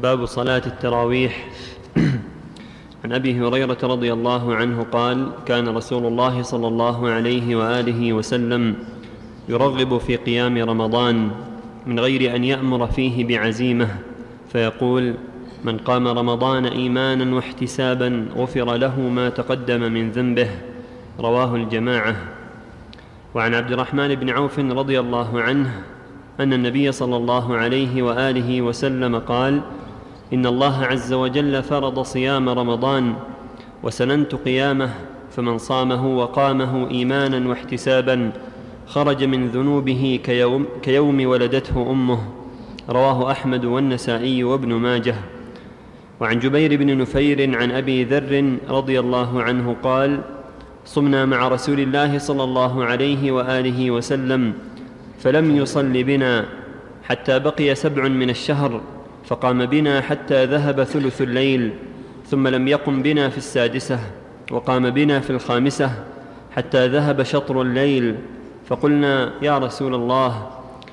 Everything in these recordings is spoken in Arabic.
باب صلاة التراويح. عن أبي هريرة رضي الله عنه قال: كان رسول الله صلى الله عليه وآله وسلم يرغب في قيام رمضان من غير أن يأمر فيه بعزيمة، فيقول: من قام رمضان إيمانا واحتسابا غفر له ما تقدم من ذنبه. رواه الجماعة. وعن عبد الرحمن بن عوف رضي الله عنه أن النبي صلى الله عليه وآله وسلم قال: إن الله عز وجل فرض صيام رمضان وسننت قيامه، فمن صامه وقامه إيمانا واحتسابا خرج من ذنوبه كيوم ولدته أمه. رواه أحمد والنسائي وابن ماجه. وعن جبير بن نفير عن أبي ذر رضي الله عنه قال: صمنا مع رسول الله صلى الله عليه وآله وسلم فلم يصل بنا حتى بقي 7 من الشهر، فقام بنا حتى ذهب ثلث الليل، ثم لم يقم بنا في 6، وقام بنا في 5 حتى ذهب شطر الليل، فقلنا: يا رسول الله،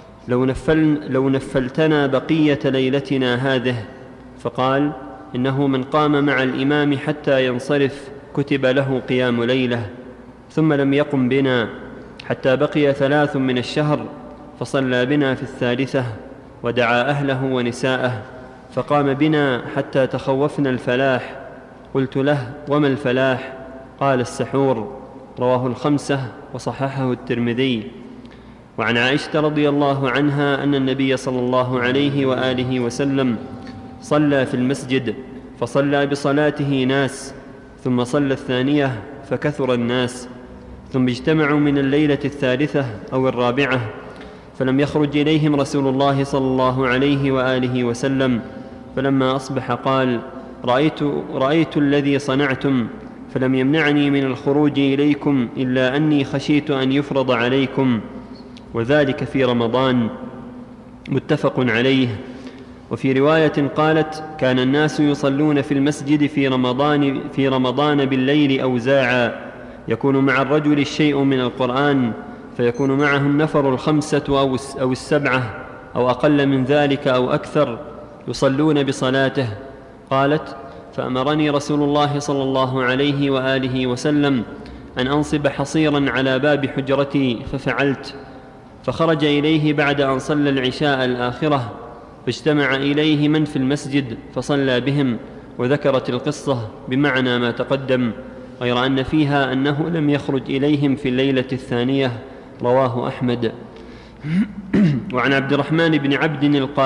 لو نفلتنا بقية ليلتنا هذه. فقال: إنه من قام مع الإمام حتى ينصرف كتب له قيام ليلة. ثم لم يقم بنا حتى بقي 3 من الشهر، فصلى بنا في 3 ودعا أهله ونساءه، فقام بنا حتى تخوفنا الفلاح. قلت له: وما الفلاح؟ قال: السحور. رواه 5 وصححه الترمذي. وعن عائشة رضي الله عنها أن النبي صلى الله عليه وآله وسلم صلى في المسجد، فصلى بصلاته ناس، ثم صلى 2 فكثر الناس، ثم اجتمعوا من الليلة 3 أو 4، فلم يخرج إليهم رسول الله صلى الله عليه وآله وسلم، فلما أصبح قال: رأيت الذي صنعتم، فلم يمنعني من الخروج إليكم إلا أني خشيت أن يفرض عليكم، وذلك في رمضان. متفق عليه. وفي رواية قالت: كان الناس يصلون في المسجد في رمضان بالليل أوزاعا، يكون مع الرجل الشيء من القرآن، فيكون معه النفر 5 أو 7 أو أقل من ذلك أو أكثر، يصلون بصلاته. قالت: فأمرني رسول الله صلى الله عليه وآله وسلم أن أنصب حصيرا على باب حجرتي، ففعلت، فخرج إليه بعد أن صلى العشاء الآخرة، فاجتمع إليه من في المسجد فصلى بهم، وذكرت القصة بمعنى ما تقدم، غير أن فيها أنه لم يخرج إليهم في الليلة 2. رواه أحمد. وعن عبد الرحمن بن عبد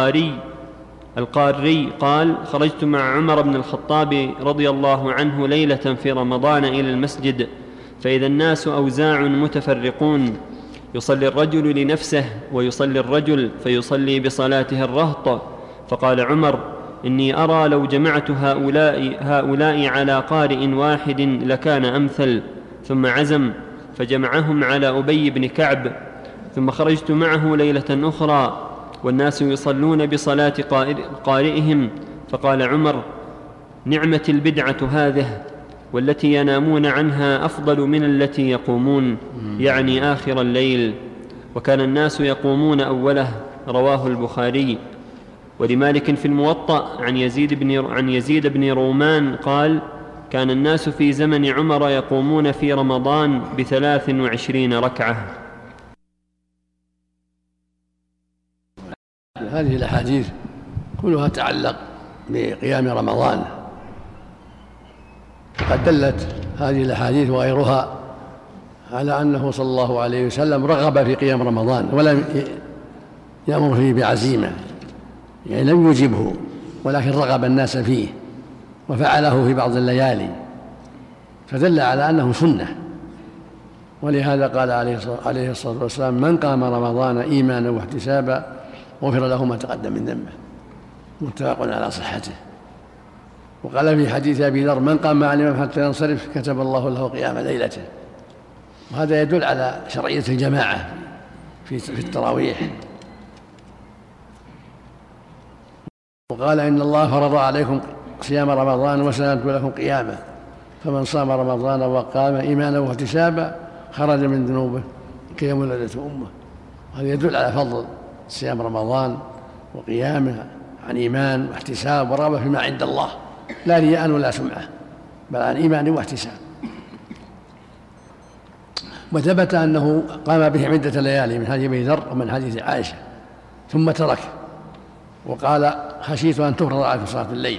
القاري قال: خرجت مع عمر بن الخطاب رضي الله عنه ليلة في رمضان إلى المسجد، فإذا الناس أوزاع متفرقون، يصلي الرجل لنفسه ويصلي الرجل فيصلي بصلاته الرهط. فقال عمر: إني أرى لو جمعت هؤلاء على قارئ واحد لكان أمثل. ثم عزم فجمعهم على أبي بن كعب. ثم خرجت معه ليلة أخرى والناس يصلون بصلاة قارئهم، فقال عمر: نعمة البدعة هذه، والتي ينامون عنها أفضل من التي يقومون، يعني آخر الليل، وكان الناس يقومون أوله. رواه البخاري. ولمالك في الموطأ عن يزيد بن رومان قال: كان الناس في زمن عمر يقومون في رمضان ب23 ركعة. هذه الأحاديث كلها تعلق بقيام رمضان، قد دلت هذه الأحاديث وغيرها على أنه صلى الله عليه وسلم رغب في قيام رمضان ولم يأمر فيه بعزيمة، يعني لم يجبه، ولكن رغب الناس فيه وفعله في بعض الليالي، فدل على أنه سنة. ولهذا قال عليه الصلاة والسلام: من قام رمضان إيمانا واحتسابا غفر له ما تقدم من ذنبه. متفق على صحته. وقال في حديث أبي ذر: من قام مع الإمام حتى ينصرف كتب الله له قيام ليلته. وهذا يدل على شرعية الجماعة في التراويح. وقال: إن الله فرض عليكم صيام رمضان وسننت لكم قيامه، فمن صام رمضان وقام إيمانا واحتسابا خرج من ذنوبه كيوم ولدته أمه. هذا يدل على فضل صيام رمضان وقيامه عن إيمان واحتساب ورغبة فيما عند الله، لا رياء ولا سمعة، بل عن إيمان واحتساب. وثبت أنه قام به عدة ليالي من حديث أبي ذر ومن حديث عائشة ثم ترك، وقال خشيت أن تفرض عليكم صلاة الليل،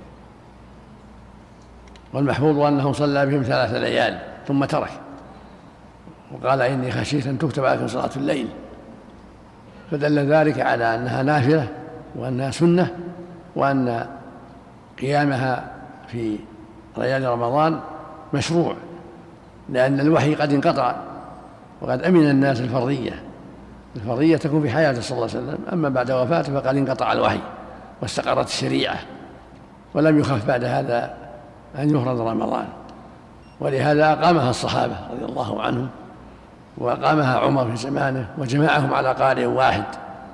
والمحفوظ أنه صلى بهم 3 ليال ثم ترك، وقال إني خشيت أن تكتب عليكم صلاة الليل، فدل ذلك على أنها نافلة وأنها سنة، وأن قيامها في ليالي رمضان مشروع، لأن الوحي قد انقطع وقد أمن الناس الفرضية تكون في حياته صلى الله عليه وسلم، أما بعد وفاته فقد انقطع الوحي واستقرت الشريعة، ولم يخف بعد هذا أن يفرض رمضان، ولهذا أقامها الصحابة رضي الله عنهم، وأقامها عمر في زمانه وجمعهم على قارئ واحد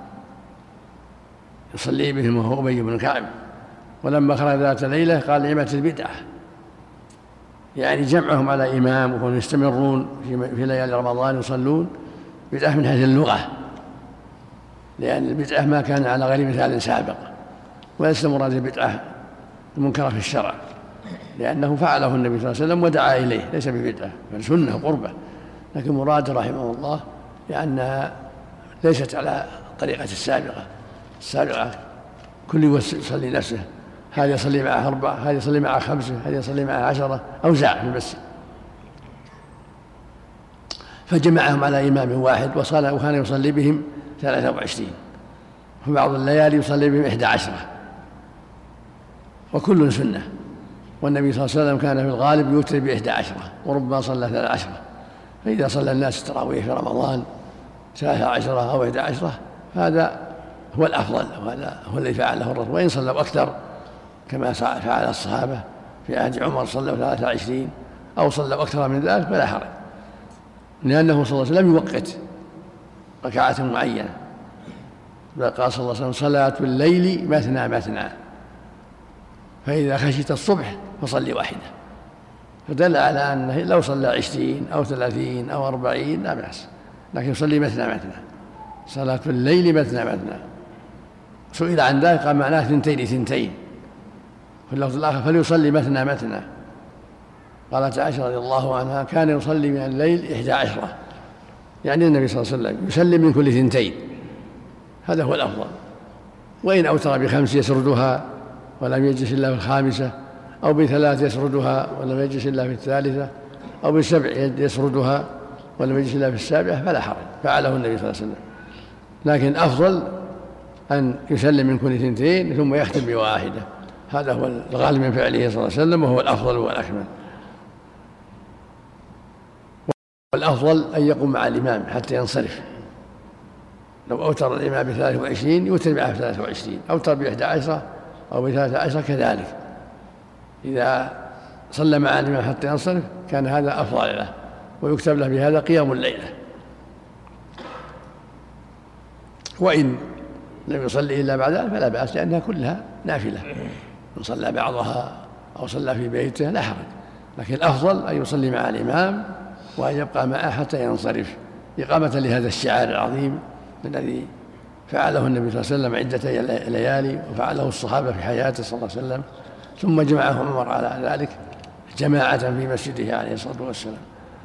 يصلي بهم وهو أبي بن كعب. ولما خرج ذات ليلة قال نعمة البدعة، يعني جمعهم على إمام وهم يستمرون في ليالي رمضان يصلون، بدعة من حيث اللغة، لأن البدعة ما كان على غير مثال سابق، وليس مراد البدعة المنكرة في الشرع، لأنه فعله النبي صلى الله عليه وسلم ودعا إليه، ليس ببدعة بل سنة قربة، لكن مراد رحمه الله لأنها ليست على الطريقة السابقة كل يصلي نفسه، هذا يصلي معه 4، هذا يصلي معه 5، هذا يصلي معه 10، أوزاع في المسجد، فجمعهم على إمام واحد وكان يصلي بهم 23، في بعض الليالي يصلي بهم 11، وكل سنة. والنبي صلى الله عليه وسلم كان في الغالب يوتر ب11 وربما صلى 13، فإذا صلى الناس التراويح في رمضان 13 أو 11 هذا هو الأفضل، وهذا هو الذي فعله الرسول. وإن صلوا أكثر كما فعل الصحابة في عهد عمر صلوا 23 أو صلوا أكثر من ذلك فلا حرج، لأنه صلى الله عليه وسلم يوقت ركعات معينة، قال صلى الله عليه وسلم صلاة الليل مثنى، فإذا خشيت الصبح فصلي واحدة، فدل على أنه لو صلى 20 أو 30 أو 40 لا بأس، لكن يصلي مثنى، صلاة الليل مثنى. سئل عن ذلك قال معناه 2 في اللفظ الآخر فليصلي مثنى. قالت عائشة رضي الله عنها كان يصلي من الليل 11، يعني النبي صلى الله عليه وسلم يسلم من كل 2، هذا هو الأفضل. وإن أوتر ب5 يسردها ولم يجلس إلا في 5، أو ب3 يسردها ولم يجلس إلا في 3، أو ب7 يسردها ولم يجلس إلا في 7 فلا حرج، فعله النبي صلى الله عليه وسلم. لكن أفضل أن يسلم من كل 2 ثم يختم ب1، هذا هو الغالب من فعله صلى الله عليه وسلم، وهو الأفضل والأكمل. والأفضل أن يقوم مع الإمام حتى ينصرف، لو أوتر الإمام ب23 يوتر معه ب23، أوتر ب11 أو ب13 كذلك، إذا صلى مع الإمام حتى ينصرف كان هذا أفضل له، ويكتب له بهذا قيام الليلة. وإن لم يصلي إلا بعد ذلك فلا بأس، لأنها كلها نافلة، إن صلى بعضها أو صلى في بيته لا حرج، لكن الأفضل أن يصلي مع الإمام وأن يبقى معه حتى ينصرف، إقامة لهذا الشعار العظيم الذي فعله النبي صلى الله عليه وسلم عدة ليالي، وفعله الصحابة في حياته صلى الله عليه وسلم، ثم جمعه عمر على ذلك جماعة في مسجده عليه الصلاة والسلام.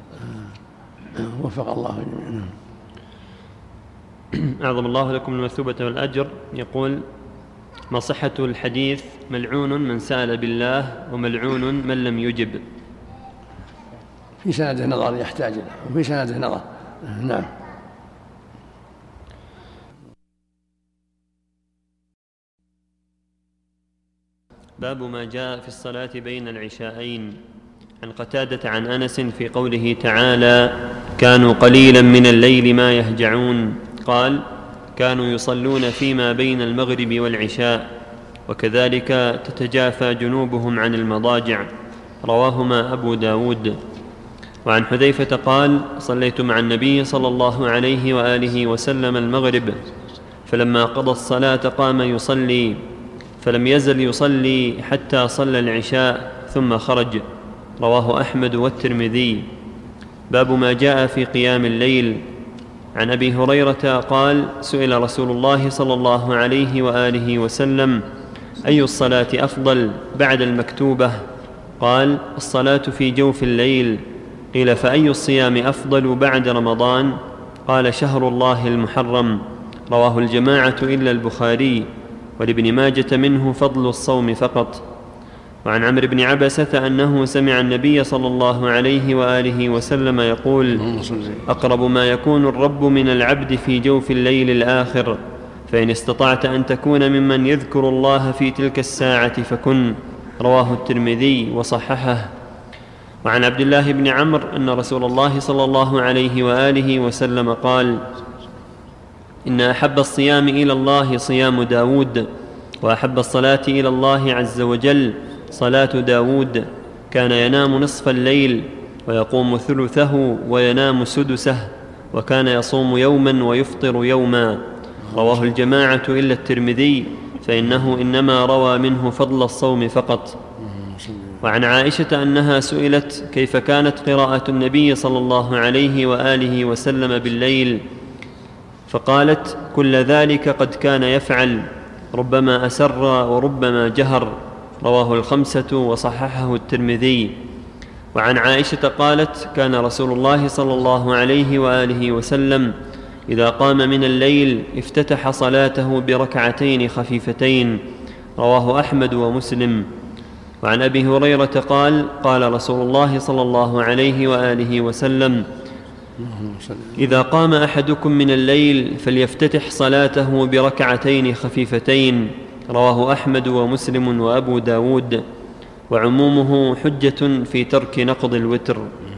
وفق الله جميعا. أعظم الله لكم المثوبة والأجر. يقول: ما صحة الحديث ملعون من سأل بالله وملعون من لم يجب؟ في سنده نظر يحتاج له، وفي سنده نظر. نعم. باب ما جاء في الصلاة بين العشاءين. عن قتادة عن أنس في قوله تعالى: كانوا قليلا من الليل ما يهجعون، قال: كانوا يصلون فيما بين المغرب والعشاء، وكذلك تتجافى جنوبهم عن المضاجع، رواهما أبو داود. وعن حذيفة قال: صليت مع النبي صلى الله عليه وآله وسلم المغرب، فلما قضى الصلاة قام يصلي، فلم يزل يصلي حتى صلى العشاء ثم خرج، رواه أحمد والترمذي. باب ما جاء في قيام الليل. عن أبي هريرة قال: سئل رسول الله صلى الله عليه وآله وسلم: أي الصلاة أفضل بعد المكتوبة؟ قال: الصلاة في جوف الليل. قيل: فأي الصيام أفضل بعد رمضان؟ قال: شهر الله المحرم. رواه الجماعة إلا البخاري، ولابن ماجة منه فضل الصوم فقط. وعن عمرو بن عبسة أنه سمع النبي صلى الله عليه وآله وسلم يقول: أقرب ما يكون الرب من العبد في جوف الليل الآخر، فإن استطعت أن تكون ممن يذكر الله في تلك الساعة فكن. رواه الترمذي وصححه. وعن عبد الله بن عمرو أن رسول الله صلى الله عليه وآله وسلم قال: إن أحب الصيام إلى الله صيام داود، وأحب الصلاة إلى الله عز وجل صلاة داود، كان ينام نصف الليل ويقوم ثلثه وينام سدسه، وكان يصوم يوما ويفطر يوما. رواه الجماعة إلا الترمذي، فإنه إنما روى منه فضل الصوم فقط. وعن عائشة أنها سئلت: كيف كانت قراءة النبي صلى الله عليه وآله وسلم بالليل؟ فقالت: كل ذلك قد كان يفعل، ربما أسر وربما جهر. رواه الخمسة وصححه الترمذي. وعن عائشة قالت: كان رسول الله صلى الله عليه وآله وسلم إذا قام من الليل افتتح صلاته بركعتين خفيفتين. رواه أحمد ومسلم. وعن أبي هريرة قال: قال رسول الله صلى الله عليه وآله وسلم: إذا قام أحدكم من الليل فليفتتح صلاته بركعتين خفيفتين. رواه أحمد ومسلم وأبو داود. وعمومه حجة في ترك نقض الوتر.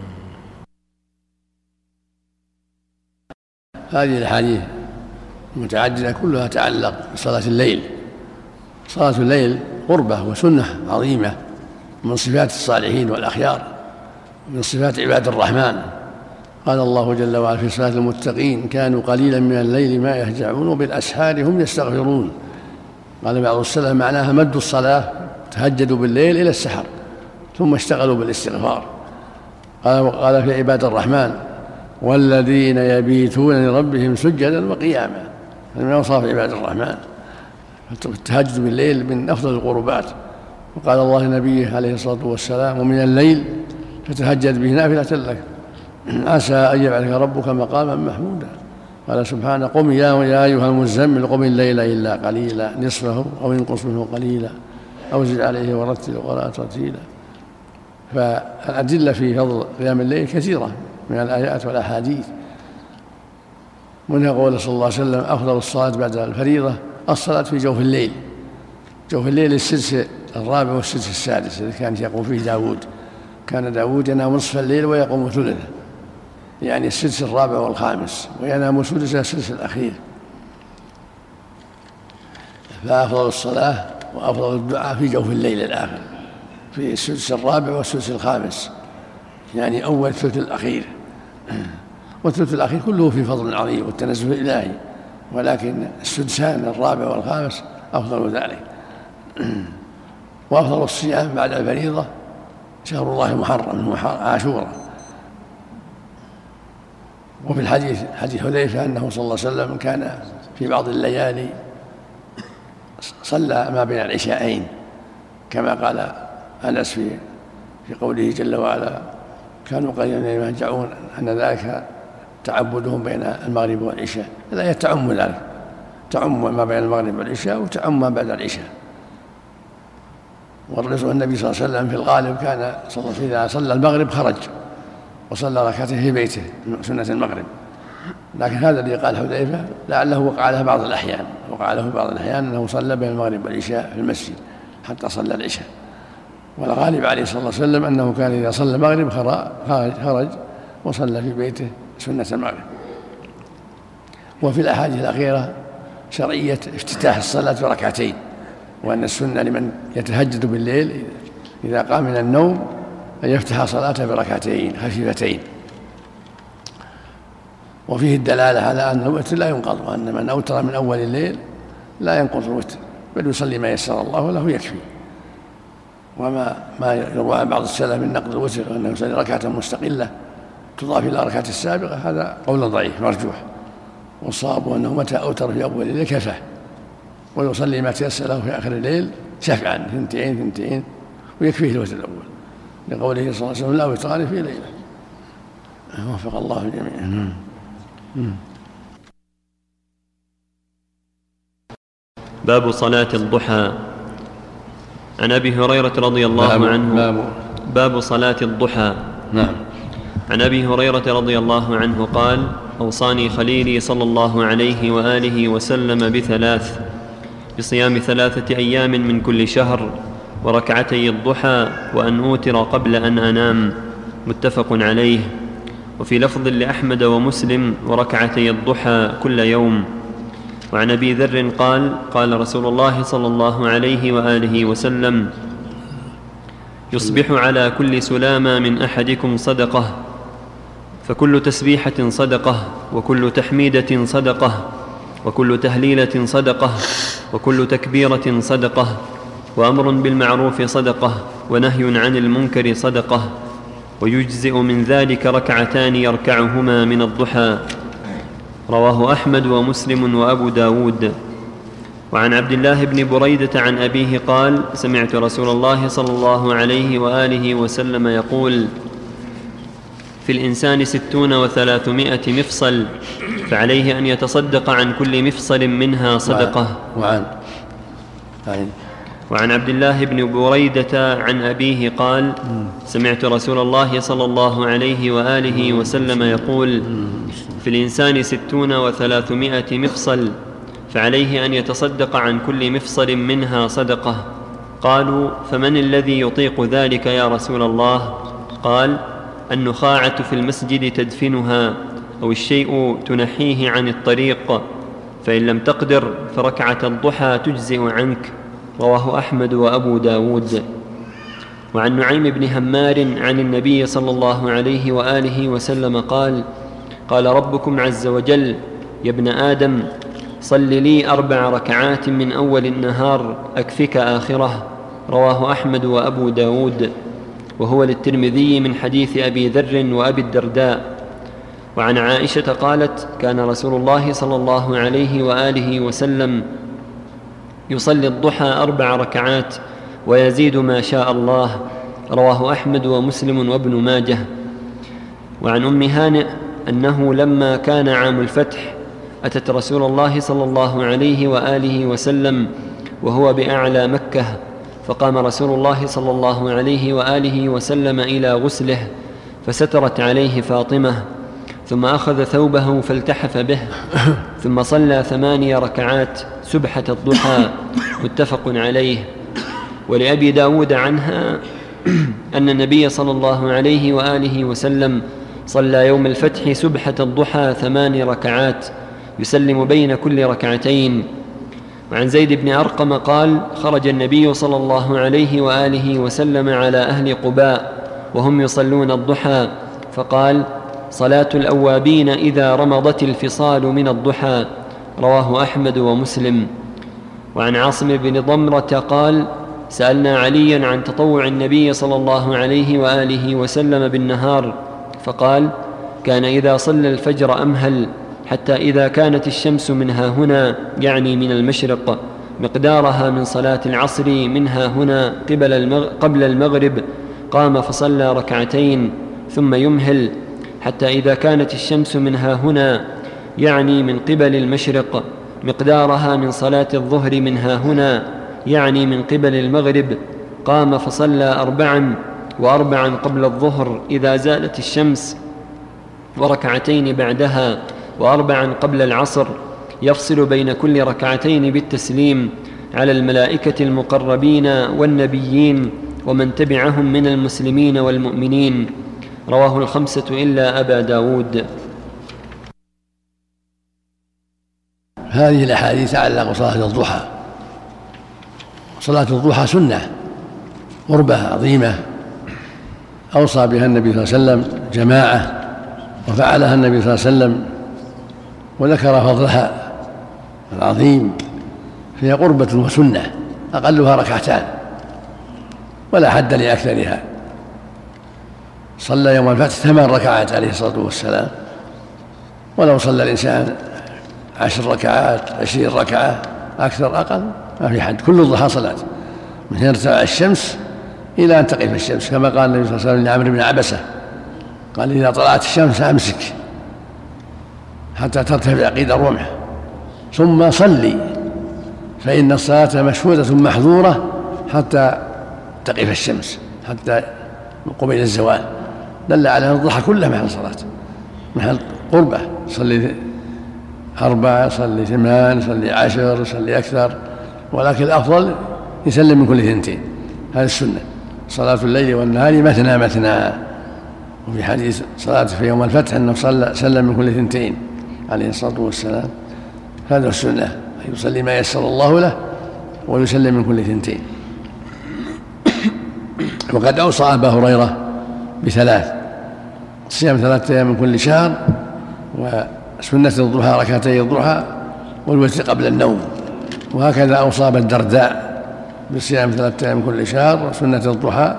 هذه الأحاديث المتعددة كلها تتعلق بصلاة الليل. صلاة الليل قربة وسنة عظيمة من صفات الصالحين والأخيار، من صفات عباد الرحمن. قال الله جل وعلا في صلاة المتقين: كانوا قليلا من الليل ما يهجعون وبالأسحار هم يستغفرون. قال بعض السلف معناها مدوا الصلاة، تهجدوا بالليل إلى السحر ثم اشتغلوا بالاستغفار. قال في عباد الرحمن: والذين يبيتون لربهم سجدا وقياما. من أوصاف عباد الرحمن التهجد بالليل من أفضل القربات. وقال الله لنبيه عليه الصلاة والسلام: ومن الليل فتهجد به نافلة لك عسى أن يبعثك ربك مقاما محمودا. قال سبحانه: قم يا أيها المزمل قم الليل إلا قليلا نصفه أو انقص منه قليلا أو زد عليه ورتل القرآن ترتيلا. فالأدلة في فضل قيام الليل كثيرة من الآيات والأحاديث، منها قول صلى الله عليه وسلم: أفضل الصلاة بعد الفريضة الصلاة في جوف الليل. جوف الليل السدس الرابع والسدس السادس الذي كان يقوم فيه داود. كان داود ينام نصف الليل ويقوم ثلثه، يعني السدس الرابع والخامس، وينام سدس السدس الأخير. فأفضل الصلاة وأفضل الدعاء في جوف الليل الآخر، في السدس الرابع والسدس الخامس، يعني أول ثلث الأخير. والثلث الأخير كله في فضل عظيم والتنزه الإلهي، ولكن السدسان الرابع والخامس أفضل ذلك. وأفضل الصيام بعد الفريضة شهر الله المحرم عاشوراء. وفي الحديث حديث حذيفة أنه صلى الله عليه وسلم كان في بعض الليالي صلى ما بين العشاءين، كما قال أنس في قوله جل وعلا: كانوا قليلا يهجعون، أن ذلك تعبدهم بين المغرب والعشاء. الآية تعم ذلك، تعم ما بين المغرب والعشاء وتعم ما بعد العشاء. والرسول النبي صلى الله عليه وسلم في الغالب كان إذا صلى المغرب خرج وصلى ركعتين في بيته سنة المغرب. لكن هذا اللي قال حذيفة لعله وقع له بعض الأحيان أنه صلى بين المغرب والعشاء في المسجد حتى صلى العشاء. والغالب عليه الصلاة والسلام أنه كان إذا صلى المغرب خرج وصلى في بيته سنة المغرب. وفي الأحاديث الأخيرة شرعية افتتاح الصلاة بركعتين، وأن السنة لمن يتهجد بالليل إذا قام من النوم أن يفتح صلاته بركعتين خفيفتين. وفيه الدلالة على أن الوتر لا ينقض، وأن من أوتر من أول الليل لا ينقض الوتر، بل يصلي ما يسر الله له يكفي. وما يروى عن بعض السلف من نقض الوتر وأنه يصلي ركعة مستقلة تضاف إلى ركعة السابقة، هذا قول ضعيف مرجوح، والصواب أنه متى أوتر في أول الليل كفى، ويصلي ما تيسر له في آخر الليل شفعا 2 ويكفيه الوتر الأول، لقوله صلى الله عليه وسلم: لا وتران في ليلة. وفق الله الجميع. باب صلاة الضحى. عن أبي هريرة رضي الله عنه باب صلاة الضحى. نعم. عن أبي هريرة رضي الله عنه قال: أوصاني خليلي صلى الله عليه وآله وسلم بثلاث: بصيام 3 أيام من كل شهر، وركعتي الضحى، وأن أوتر قبل أن أنام. متفق عليه. وفي لفظ لأحمد ومسلم: وركعتي الضحى كل يوم. وعن أبي ذر قال: قال رسول الله صلى الله عليه وآله وسلم: يصبح على كل سلامة من أحدكم صدقة، فكل تسبيحة صدقة، وكل تحميدة صدقة، وكل تهليلة صدقة، وكل تكبيرة صدقة، وأمر بالمعروف صدقة، ونهي عن المنكر صدقة، ويجزئ من ذلك 2 يركعهما من الضحى. رواه أحمد ومسلم وأبو داود. وعن عبد الله بن بريدة عن أبيه قال: سمعت رسول الله صلى الله عليه وآله وسلم يقول: في الإنسان 60 و300 مفصل، فعليه أن يتصدق عن كل مفصل منها صدقة. وعن عبد الله بن بريدة عن أبيه قال: سمعت رسول الله صلى الله عليه وآله وسلم يقول: في الإنسان 60 و300 مفصل، فعليه أن يتصدق عن كل مفصل منها صدقة. قالوا: فمن الذي يطيق ذلك يا رسول الله؟ قال: النخاعة في المسجد تدفنها، أو الشيء تنحيه عن الطريق، فإن لم تقدر فركعة الضحى تجزئ عنك. رواه أحمد وأبو داود. وعن نعيم بن همار عن النبي صلى الله عليه وآله وسلم قال: قال ربكم عز وجل: يا ابن آدم، صل لي 4 ركعات من أول النهار أكفك آخره. رواه أحمد وأبو داود، وهو للترمذي من حديث أبي ذر وأبي الدرداء. وعن عائشة قالت: كان رسول الله صلى الله عليه وآله وسلم يصلي الضحى 4 ركعات ويزيد ما شاء الله. رواه أحمد ومسلم وابن ماجه. وعن أم هانئ أنه لما كان عام الفتح أتت رسول الله صلى الله عليه وآله وسلم وهو بأعلى مكة، فقام رسول الله صلى الله عليه وآله وسلم إلى غسله، فسترت عليه فاطمة، ثم أخذ ثوبه فالتحف به، ثم صلى 8 ركعات سبحة الضحى. متفق عليه. ولأبي داود عنها أن النبي صلى الله عليه وآله وسلم صلى يوم الفتح سبحة الضحى 8 ركعات يسلم بين كل ركعتين. وعن زيد بن أرقم قال: خرج النبي صلى الله عليه وآله وسلم على أهل قباء وهم يصلون الضحى، فقال: صلاة الأوابين إذا رمضت الفصال من الضحى. رواه أحمد ومسلم. وعن عاصم بن ضمرة قال: سألنا عليا عن تطوع النبي صلى الله عليه وآله وسلم بالنهار، فقال: كان إذا صلى الفجر أمهل حتى إذا كانت الشمس منها هنا، يعني من المشرق، مقدارها من صلاة العصر منها هنا قبل المغرب، قام فصلى 2 ثم يمهل حتى إذا كانت الشمس منها هنا، يعني من قبل المشرق، مقدارها من صلاة الظهر منها هنا، يعني من قبل المغرب، قام فصلى 4 و4 قبل الظهر إذا زالت الشمس، 2 بعدها، و4 قبل العصر، يفصل بين كل 2 بالتسليم على الملائكة المقربين والنبيين ومن تبعهم من المسلمين والمؤمنين. رواه 5 إلا أبا داود. هذه الأحاديث تعلق صلاة الضحى. صلاة الضحى سنة قربة عظيمة أوصى بها النبي صلى الله عليه وسلم جماعة، وفعلها النبي صلى الله عليه وسلم وذكر فضلها العظيم، فهي قربة وسنة أقلها 2 ولا حد لأكثرها. صلى يوم الفتح 8 ركعات عليه الصلاة والسلام، ولو صلى الإنسان 10 ركعات 20 ركعة أكثر أقل ما في حد. كل الضحى صلاة من حين ترتفع الشمس إلى أن تقف الشمس، كما قال النبي صلى الله عليه وسلم لعمرو بن عبسة قال إذا طلعت الشمس أمسك حتى ترتفع قيد الرمح ثم صلي فإن الصلاة مشهودة محظورة حتى تقف الشمس، حتى قبيل الزوال. دل على أن الضحى كله محل صلاة، محل قربة. صلي 4 صلي 8 صلي 10 صلي أكثر، ولكن الأفضل يسلم من كل 2. هذه السنة، صلاة الليل والنهار مثنى مثنى. وفي حديث صلاة في يوم الفتح أنه سلم من كل 2 عليه الصلاة والسلام. هذا السنة أن يصلي ما يسر الله له ويسلم من كل 2. وقد أوصى أبا هريرة ب3: صيام 3 أيام من كل شهر، وسنة الضحى ركعتي الضحى، والوتر قبل النوم. وهكذا أوصى أبا الدرداء بصيام 3 أيام من كل شهر، وسنة الضحى،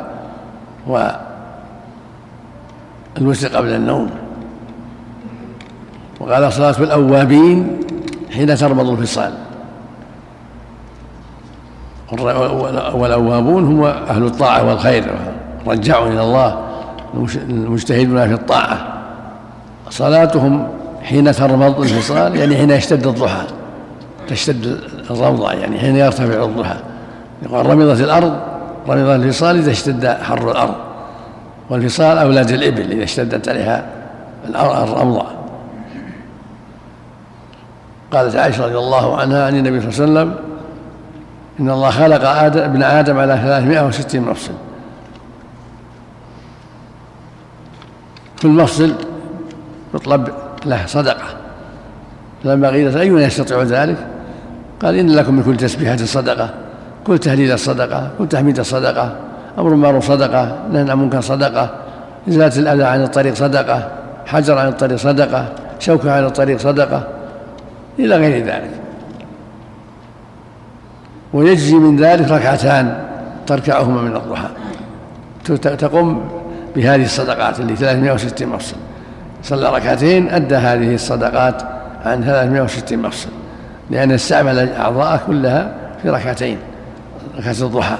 والوتر قبل النوم. وقال صلاة الأوابين حين ترمض الفصال. والأوابون هم أهل الطاعة والخير، رجعوا إلى الله، المجتهدون في الطاعة. صلاتهم حين ترمض الفصال يعني حين يشتد الضحى، تشتد الروضة، يعني حين يرتفع الضحى. يقول رمضت الأرض، رمض الفصال إذا اشتد حر الأرض، والفصال أولاد الإبل إذا اشتدت عليها الرمضة. قالت عائشة رضي الله عنها عن النبي صلى الله عليه وسلم: إن الله خلق ابن آدم على 360 مفصل، كل مفصل يطلب له صدقة. فلما قيل أينا يستطيع ذلك؟ قال: إن لكم من كل تسبيحة صدقة، كل تهليل صدقة، كل تحميد صدقة، أمر معروف صدقة، نهي عن منكر صدقة، إزالة الأذى عن الطريق صدقة، حجر عن الطريق صدقة، شوكة عن الطريق صدقة، إلى غير ذلك. ويجزي من ذلك 2 تركعهما من الضحى، تقوم بهذه الصدقات اللي 360 مفصل. صلى 2 أدى هذه الصدقات عن 360 مفصل، لأن استعمل أعضاءه كلها في 2 ركعة الضحى.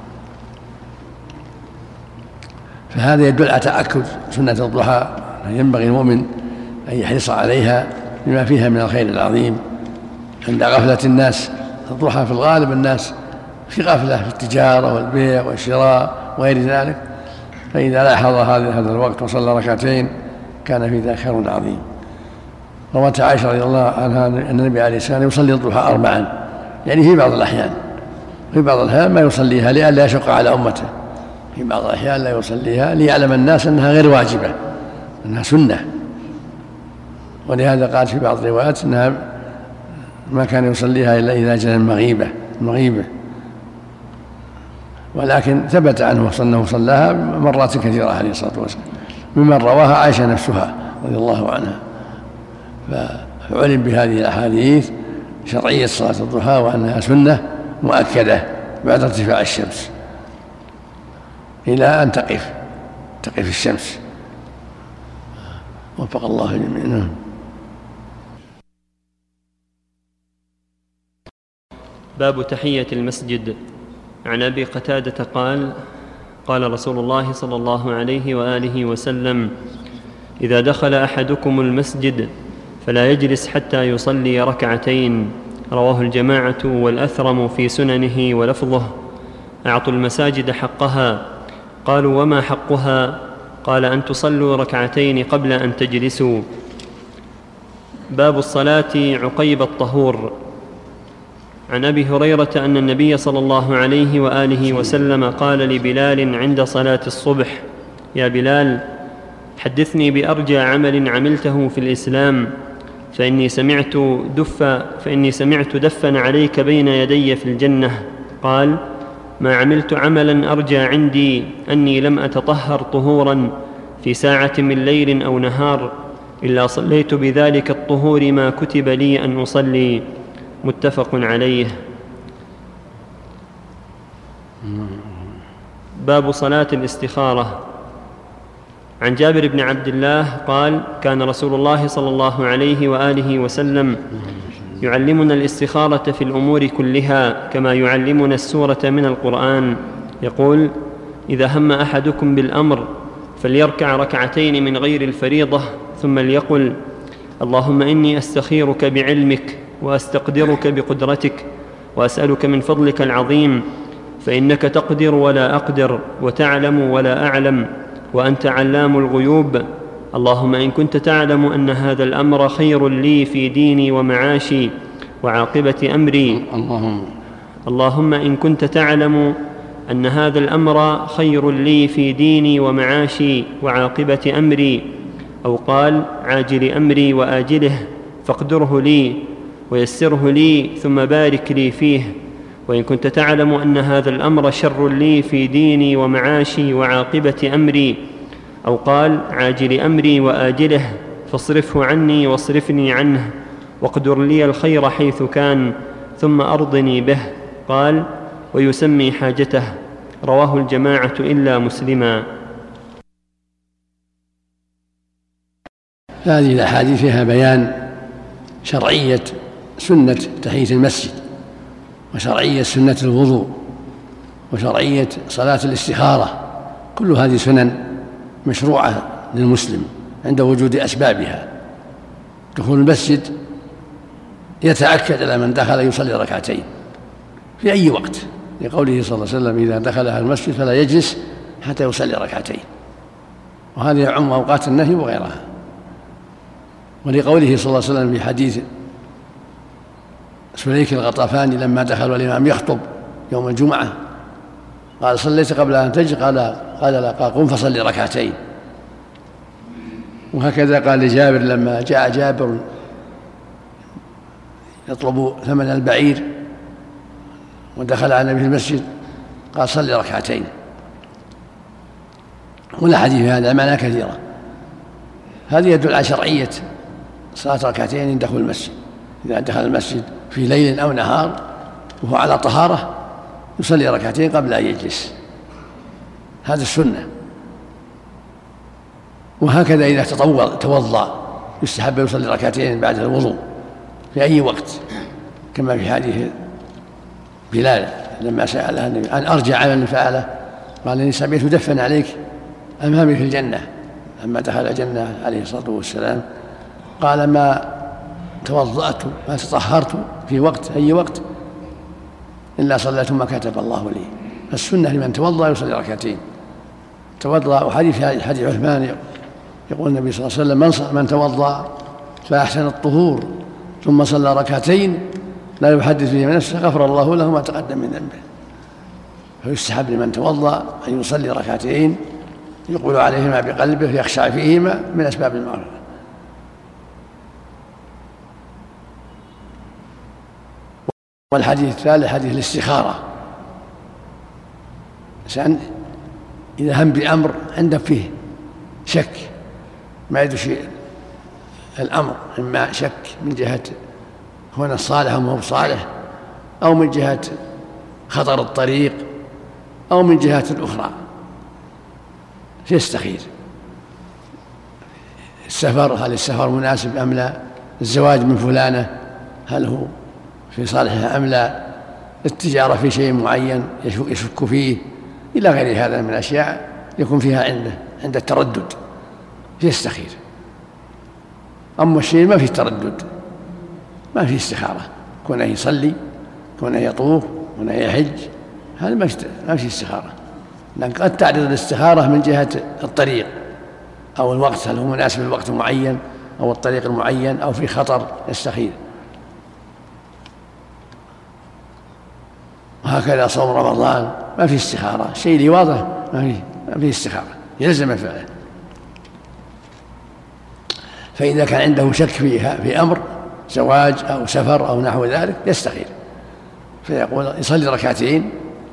فهذا يدل على تأكد سنة الضحى، ينبغي المؤمن أن يحرص عليها بما فيها من الخير العظيم. عند غفلة الناس، الضحى في الغالب الناس في غفلة في التجارة والبيع والشراء وغير ذلك، فإذا لاحظ هذا الوقت وصلى 2 كان في ذلك خير عظيم. روت عائشة رضي الله عنها أن النبي عليه السلام يصلي الضحى 4، يعني في بعض الأحيان، في بعض الأحيان ما يصليها لئلا يشق على أمته، في بعض الأحيان لا يصليها ليعلم الناس أنها غير واجبة، أنها سنة. ولهذا قال في بعض الروايات أنها ما كان يصليها إلا إذا جاء المغيبة، ولكن ثبت عنه أنه صلاها مرات كثيرة عليه الصلاة والسلام، ممن رواها عائشة نفسها رضي الله عنها. فعلم بهذه الأحاديث شرعية صلاة الضحى، وأنها سنة مؤكدة بعد ارتفاع الشمس إلى أن تقف الشمس. وفق الله جميعا. باب تحية المسجد. عن أبي قتادة قال: قال رسول الله صلى الله عليه وآله وسلم: إذا دخل أحدكم المسجد فلا يجلس حتى يصلي 2. رواه الجماعة والأثرم في سننه، ولفظه: أعطوا المساجد حقها. قالوا: وما حقها؟ قال: أن تصلوا 2 قبل أن تجلسوا. باب الصلاة عقيب الطهور. عن أبي هريرة أن النبي صلى الله عليه وآله وسلم قال لبلال عند صلاة الصبح: يا بلال، حدثني بأرجى عمل عملته في الإسلام، فإني سمعت دفا عليك بين يدي في الجنة. قال: ما عملت عملا أرجى عندي أني لم أتطهر طهورا في ساعة من ليل أو نهار إلا صليت بذلك الطهور ما كتب لي أن أصلي. متفق عليه. باب صلاة الاستخارة. عن جابر بن عبد الله قال: كان رسول الله صلى الله عليه وآله وسلم يعلمنا الاستخارة في الأمور كلها كما يعلمنا السورة من القرآن. يقول: إذا هم أحدكم بالأمر فليركع ركعتين من غير الفريضة، ثم ليقل: اللهم إني أستخيرك بعلمك وأستقدرك بقدرتك وأسألك من فضلك العظيم، فإنك تقدر ولا أقدر وتعلم ولا أعلم وأنت علام الغيوب. اللهم إن كنت تعلم أن هذا الأمر خير لي في ديني ومعاشي وعاقبة أمري، اللهم إن كنت تعلم أن هذا الأمر خير لي في ديني ومعاشي وعاقبة أمري، أو قال: عاجل أمري وآجله، فاقدره لي ويسره لي ثم بارك لي فيه. وإن كنت تعلم أن هذا الأمر شر لي في ديني ومعاشي وعاقبة أمري، أو قال: عاجل أمري وآجله، فاصرفه عني واصرفني عنه، واقدر لي الخير حيث كان، ثم أرضني به. قال: ويسمي حاجته. رواه الجماعة إلا مسلما. هذه الأحاديث فيها بيان شرعية سنة تحية المسجد، وشرعية سنة الوضوء، وشرعية صلاة الاستخارة. كل هذه سنن مشروعة للمسلم عند وجود أسبابها. دخول المسجد يتأكد على من دخل يصلي ركعتين في أي وقت، لقوله صلى الله عليه وسلم: إذا دخل أهل المسجد فلا يجلس حتى يصلي ركعتين، وهذا يعم أوقات النهي وغيرها. ولقوله صلى الله عليه وسلم في حديث سليك الغطفاني لما دخل والإمام يخطب يوم الجمعة قال: صليت قبل أن تجي؟ قال قم فصلي ركعتين. وهكذا قال لجابر لما جاء جابر يطلب ثمن البعير ودخل على النبي في المسجد قال: صلي ركعتين. والأحاديث في هذا معنى كثيرة. هذه يدل على شرعية صلاة ركعتين عند دخول المسجد. إذا دخل المسجد في ليل أو نهار وهو على طهارة يصلي ركعتين قبل أن يجلس، هذا السنة. وهكذا إذا توضأ يستحب يصلي ركعتين بعد الوضوء في أي وقت، كما في حديث بلال لما سأله النبي أن أرجع على من فعله قال: إني سمعت دفن عليك أمامي في الجنة. لما دخل الجنة عليه الصلاة والسلام قال: ما توضأت ما تطهرت في وقت أي وقت إلا صليت ما كتب الله لي. فالسنة لمن توضأ يصلي ركعتين. توضأ. وحديث عثمان يقول النبي صلى الله عليه وسلم: من توضأ فأحسن الطهور ثم صلى ركعتين لا يحدث فيه من نفسه غفر الله له ما تقدم من ذنبه. فيستحب لمن توضأ أن يصلي ركعتين يقبل عليهما بقلبه يخشع فيهما من أسباب المغفرة. والحديث الثالث حديث الاستخارة. الإنسان إذا هم بأمر عنده فيه شك ما يدري شيء الأمر، إما شك من جهة هنا الصالح أو ما هو صالح، أو من جهة خطر الطريق، أو من جهة الأخرى، يستخير. السفر، هل السفر مناسب أم لا؟ الزواج من فلانة هل هو في صالحها أم لا؟ التجارة في شيء معين يشك فيه، إلى غير هذا من الأشياء يكون فيها عند التردد يستخير. أما الشيء ما فيه تردد ما فيه استخارة، كونه يصلي كونه يطوف كونه يحج هذا ما فيه استخارة. لكن قد تعرض الاستخارة من جهة الطريق أو الوقت، هل هو مناسب الوقت المعين أو الطريق المعين أو في خطر يستخير. وهكذا صوم رمضان ما فيه استخارة، شيء لي واضح ما فيه استخارة يلزم فعله. فإذا كان عنده شك في أمر زواج أو سفر أو نحو ذلك يستخير، فيقول يصلي ركعتين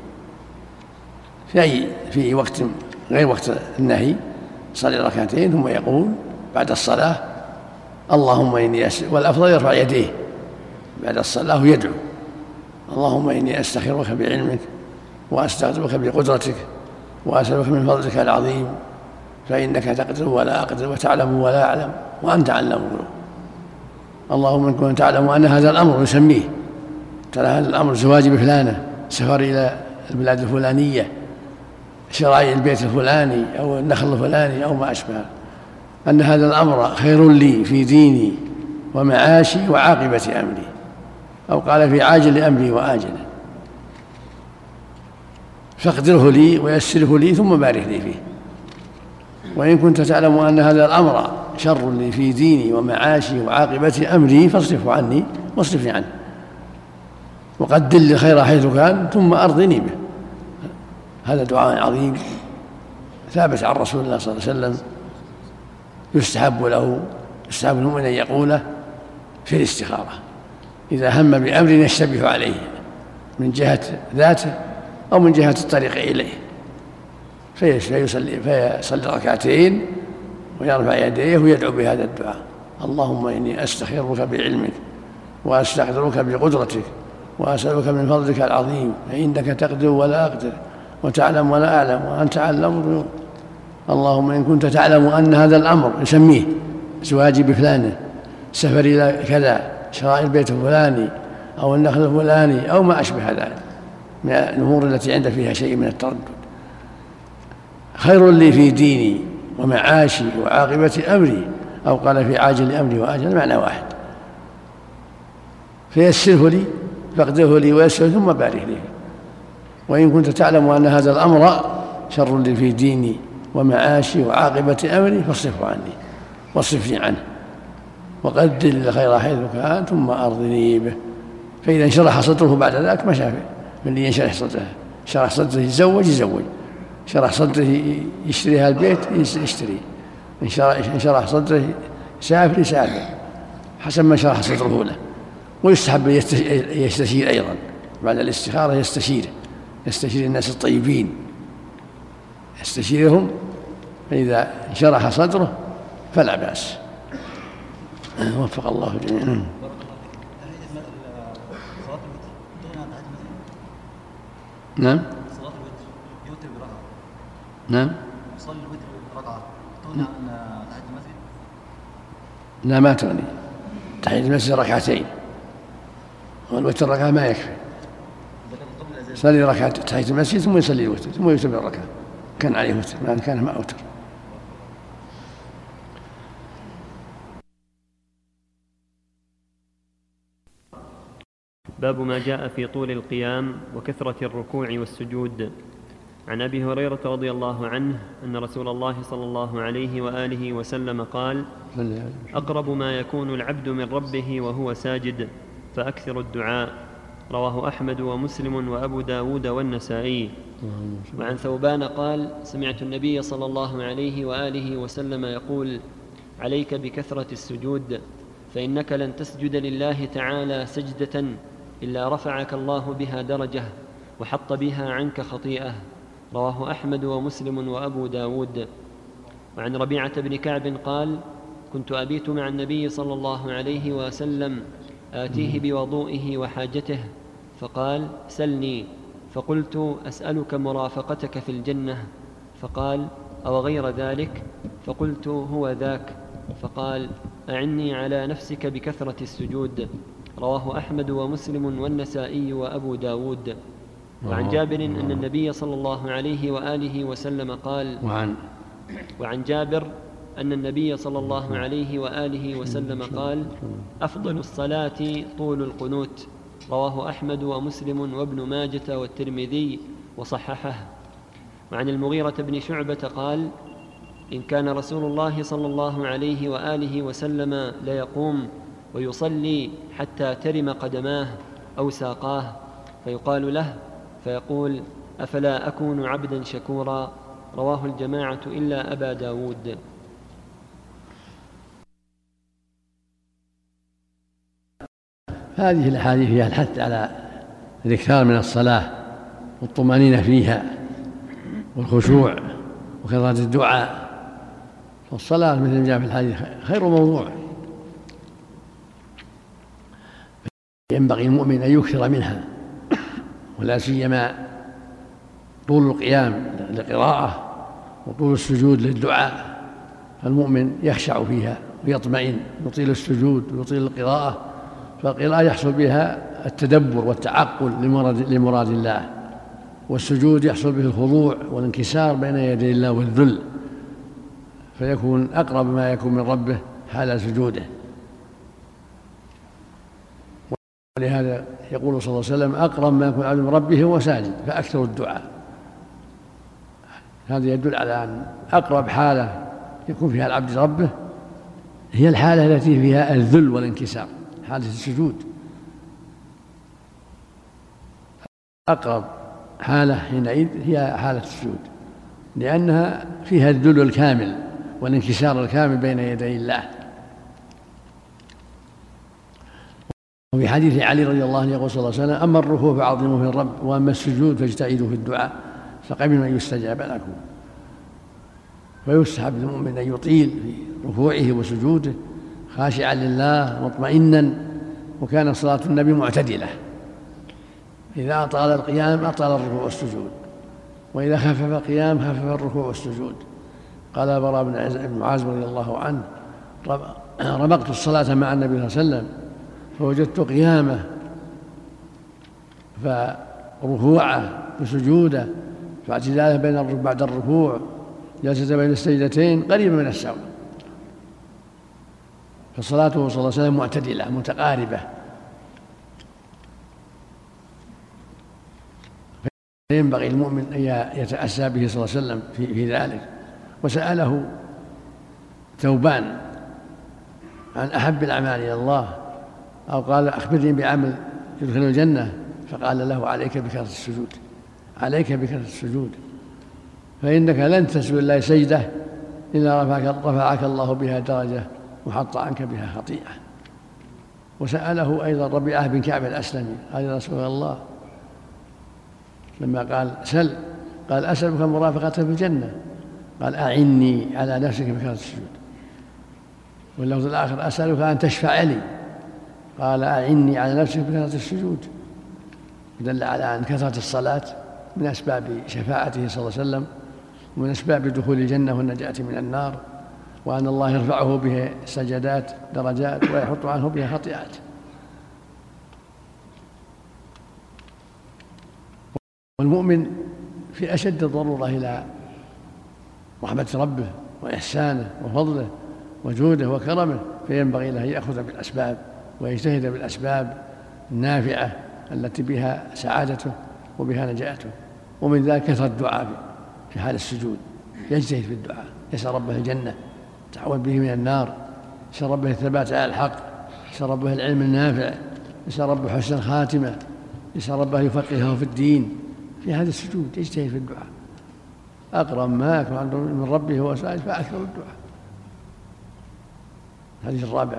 في وقت غير وقت النهي، يصلي ركعتين ثم يقول بعد الصلاة: اللهم إني والأفضل يرفع يديه بعد الصلاة ويدعو: اللهم إني أستخيرك بعلمك وأستغفرك بقدرتك وأسألك من فضلك العظيم، فإنك تقدر ولا أقدر وتعلم ولا أعلم وأنت علام الغيوب. اللهم إن كنت تعلم أن هذا الأمر يسميه، ترى هذا الأمر زواج بفلانة، سفر إلى البلاد الفلانية، شراء البيت الفلاني أو النخل الفلاني أو ما أشبه، أن هذا الأمر خير لي في ديني ومعاشي وعاقبة أمري، أو قال في عاجل أمري وآجله، فاقدره لي ويسره لي ثم بارك لي فيه. وإن كنت تعلم أن هذا الأمر شر لي في ديني ومعاشي وعاقبة أمري فاصرفه عني واصرفني عنه، وقدر لي الخير حيث كان ثم أرضني به. هذا دعاء عظيم ثابت عن رسول الله صلى الله عليه وسلم، يستحب المؤمن أن يقوله في الاستخارة إذا هم بأمر يشتبه عليه من جهة ذاته أو من جهة الطريق إليه، فيصلي ركعتين ويرفع يديه ويدعو بهذا الدعاء: اللهم إني أستخيرك بعلمك وأستقدرك بقدرتك وأسألك من فضلك العظيم، فإنك تقدر ولا أقدر وتعلم ولا أعلم وأنت علام الغيوب. اللهم إن كنت تعلم أن هذا الأمر يسميه زواجي بفلانه، سفر إلى كذا، شراء البيت الفلاني أو النخل الفلاني أو ما أشبه ذلك من الأمور التي عند فيها شيء من التردد، خير لي في ديني ومعاشي وعاقبة أمري، أو قال في عاجل أمري وآجل، معنى واحد، فيسره لي فاقدره لي ويسره ثم بارك لي. وإن كنت تعلم أن هذا الأمر شر لي في ديني ومعاشي وعاقبة أمري فاصرفه عني واصرفني عنه، وقدر لي الخير حيث كان ثم أرضني به. فإذا انشرح صدره بعد ذلك ما شاء من اللي ينشرح صدره، شرح صدره يزوج، شرح صدره يشتري البيت يشتري، إن شرح صدره يسافر حسب ما شرح صدره له. ويستحب يستشير أيضا بعد الاستخارة، يستشير الناس الطيبين، يستشيرهم، فإذا شرح صدره فلا بأس. وفق الله جميعا. نعم. صلاة الوتر يوتر بركعة. نعم. يصلي الوتر بركعة تغني عن تحية المسجد؟ لا، ما تغني. تحية المسجد ركعتين، والوتر ركعة ما يكفي. يصلي ركعة تحية المسجد ثم يصلي الوتر ثم يوتر بالركعة، كان عليه وتر ما كان ما أوتر. باب ما جاء في طول القيام وكثرة الركوع والسجود. عن أبي هريرة رضي الله عنه أن رسول الله صلى الله عليه وآله وسلم قال: أقرب ما يكون العبد من ربه وهو ساجد فأكثر الدعاء. رواه أحمد ومسلم وأبو داود والنسائي. وعن ثوبان قال: سمعت النبي صلى الله عليه وآله وسلم يقول: عليك بكثرة السجود، فإنك لن تسجد لله تعالى سجدة إلا رفعك الله بها درجة وحط بها عنك خطيئة. رواه أحمد ومسلم وأبو داود. وعن ربيعة بن كعب قال: كنت أبيت مع النبي صلى الله عليه وسلم آتيه بوضوئه وحاجته، فقال: سلني. فقلت: أسألك مرافقتك في الجنة. فقال: أو غير ذلك؟ فقلت: هو ذاك. فقال: أعني على نفسك بكثرة السجود. رواه أحمد ومسلم والنسائي وأبو داود. وعن جابر أن النبي صلى الله عليه وآله وسلم قال: وعن جابر أن النبي صلى الله عليه وآله وسلم قال: أفضل الصلاة طول القنوت. رواه أحمد ومسلم وابن ماجة والترمذي وصححه. وعن المغيرة بن شعبة قال: إن كان رسول الله صلى الله عليه وآله وسلم ليقوم ويصلي حتى ترم قدماه أو ساقاه، فيقال له فيقول: أفلا أكون عبدا شكورا. رواه الجماعة إلا أبا داود. هذه الأحاديث فيها الحث على الإكثار من الصلاة والطمأنينة فيها والخشوع وكثرة الدعاء. والصلاة مثل ما جاء في الحديث خير موضوع، ينبغي المؤمن أن يكثر منها، ولا سيما طول القيام للقراءة وطول السجود للدعاء، فالمؤمن يخشع فيها ويطمئن، يطيل السجود ويطيل القراءة، فالقراءة يحصل بها التدبر والتعقل لمراد الله، والسجود يحصل به الخضوع والانكسار بين يدي الله والذل، فيكون أقرب ما يكون من ربه حال سجوده. ولهذا يقول صلى الله عليه وسلم: أقرب ما يكون العبد من ربه هو ساجد فأكثر الدعاء. هذا يدل على أن أقرب حالة يكون فيها العبد ربه هي الحالة التي فيها الذل والانكسار، حالة السجود. أقرب حالة حينئذ هي حالة السجود، لأنها فيها الذل الكامل والانكسار الكامل بين يدي الله. وفي حديث علي رضي الله عنه يقول صلى الله عليه وسلم: أما الركوع فعظموا في الرب، وأما السجود فاجتهدوا في الدعاء فقبلوا أن يستجاب لكم. فيستحب للمؤمن أن يطيل في ركوعه وسجوده خاشعا لله مطمئنا، وكان صلاة النبي معتدلة، إذا أطال القيام أطال الركوع والسجود، وإذا خفف القيام خفف الركوع والسجود. قال البراء بن عازب رضي الله عنه: رمقت الصلاة مع النبي صلى الله عليه وسلم فوجدت قيامه فركوعه وسجوده فاعتداله بعد الركوع، جلسة بين السجدتين قريبة من السواء، فصلاته صلى الله عليه وسلم معتدلة متقاربة. فينبغي المؤمن أن يتأسى به صلى الله عليه وسلم في ذلك. وسأله ثوبان عن أحب الأعمال إلى الله، أو قال: أخبرني بعمل يدخل الجنة، فقال له: عليك بكثرة السجود، عليك بكثرة السجود، فإنك لن تسجد لله سجدة إلا رفعك الله بها درجة وحط عنك بها خطيئة. وسأله أيضا ربيعة بن كعب الأسلمي: قال: يا رسول الله، لما قال سل، قال: أسألك مرافقة في الجنة، قال: أعني على نفسك بكثرة السجود. واللفظ الآخر: أسألك أن تشفع لي، قال: أعني على نفسك بكثرة السجود. دل على أن كثرة الصلاة من أسباب شفاعته صلى الله عليه وسلم، ومن أسباب دخول الجنة والنجاة من النار، وأن الله يرفعه به سجدات درجات ويحط عنه بها خطيئات. والمؤمن في أشد الضرورة إلى رحمة ربه وإحسانه وفضله وجوده وكرمه، فينبغي له أن يأخذ بالأسباب ويجتهد بالأسباب النافعة التي بها سعادته وبها نجاته. ومن ذلك كثرة الدعاء في حال السجود، يجتهد في الدعاء، يسأل ربه الجنة، يتعوذ به من النار، يسأل ربه الثبات على الحق، يسأل ربه العلم النافع، يسأل ربه حسن الخاتمة، يسأل ربه يفقهه في الدين. في هذا السجود يجتهد في الدعاء، أقرب ما يكون عنده من ربه هو ساجد فأكثر الدعاء. الحديث الرابع.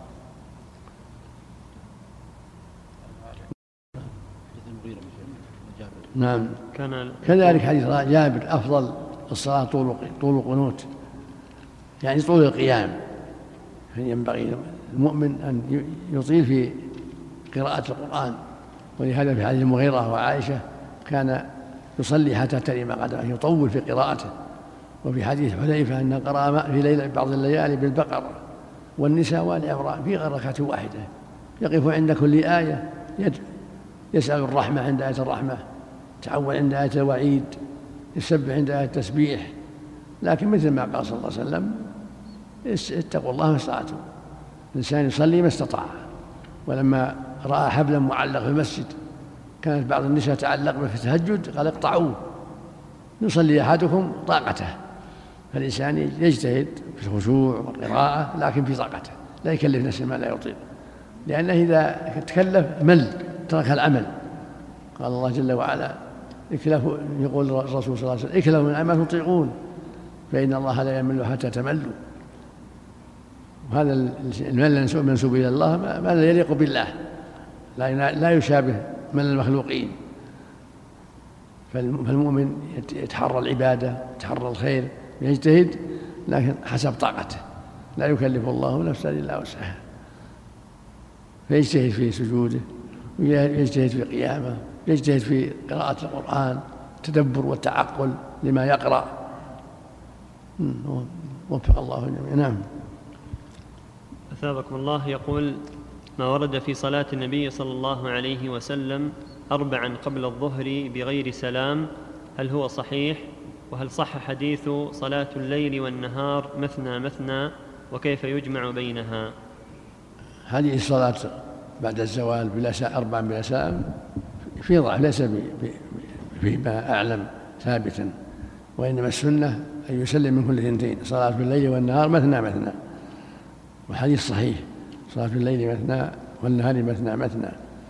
نعم، كذلك حديث جابر: أفضل الصلاة طول القنوت، يعني طول القيام. ينبغي المؤمن أن يطيل في قراءة القرآن، ولهذا في حديث المغيرة وعائشة كان يصلي حتى ترم قدمه، يطول في قراءته. وفي حديث حذيفة أنه قرأ في ليلة بعض الليالي بالبقرة والنساء وآل عمران في ركعة واحدة، يقف عند كل آية، يسأل الرحمة عند آية الرحمة، يتعوذ عند آية الوعيد، يسبح عند آية التسبيح. لكن مثل ما قال صلى الله عليه وسلم: اتقوا الله ما استطعتم، الإنسان يصلي ما استطاع. ولما رأى حبلا معلق في المسجد، كانت بعض النساء تعلق به في التهجد، قال: اقطعوه، يصلي أحدكم طاقته. فالإنسان يجتهد في الخشوع والقراءة لكن في طاقته، لا يكلف نفسه ما لا يطيق، لأنه إذا تكلف مل ترك العمل. قال الله جل وعلا: يقول الرسول صلى الله عليه وسلم: اكلفوا من ما تطيقون فإن الله لا يمل حتى تملوا. وهذا المل منسوب إلى الله ما لا يليق بالله، لا يشابه من المخلوقين. فالمؤمن يتحرى العبادة، يتحرى الخير، يجتهد لكن حسب طاقته، لا يكلف الله نفسا إلا وسعها. فيجتهد في سجوده، ويجتهد في قيامه، يجتهد في قراءة القرآن، التدبر والتعقل لما يقرأ. وفق الله الجميع. نعم. أثابكم الله. يقول: ما ورد في صلاة النبي صلى الله عليه وسلم 4 قبل الظهر بغير سلام، هل هو صحيح؟ وهل صح حديث صلاة الليل والنهار مثنى مثنى، وكيف يجمع بينها؟ هذه الصلاة بعد الزوال بلا 4 بلا سلام في ضعف، ليس فيما أعلم ثابتا، وإنما السنة أن يسلم من كل 2 صلاة بالليل والنهار مثنى مثنى، والحديث صحيح: صلاة الليل مثنى والنهار مثنى مثنى.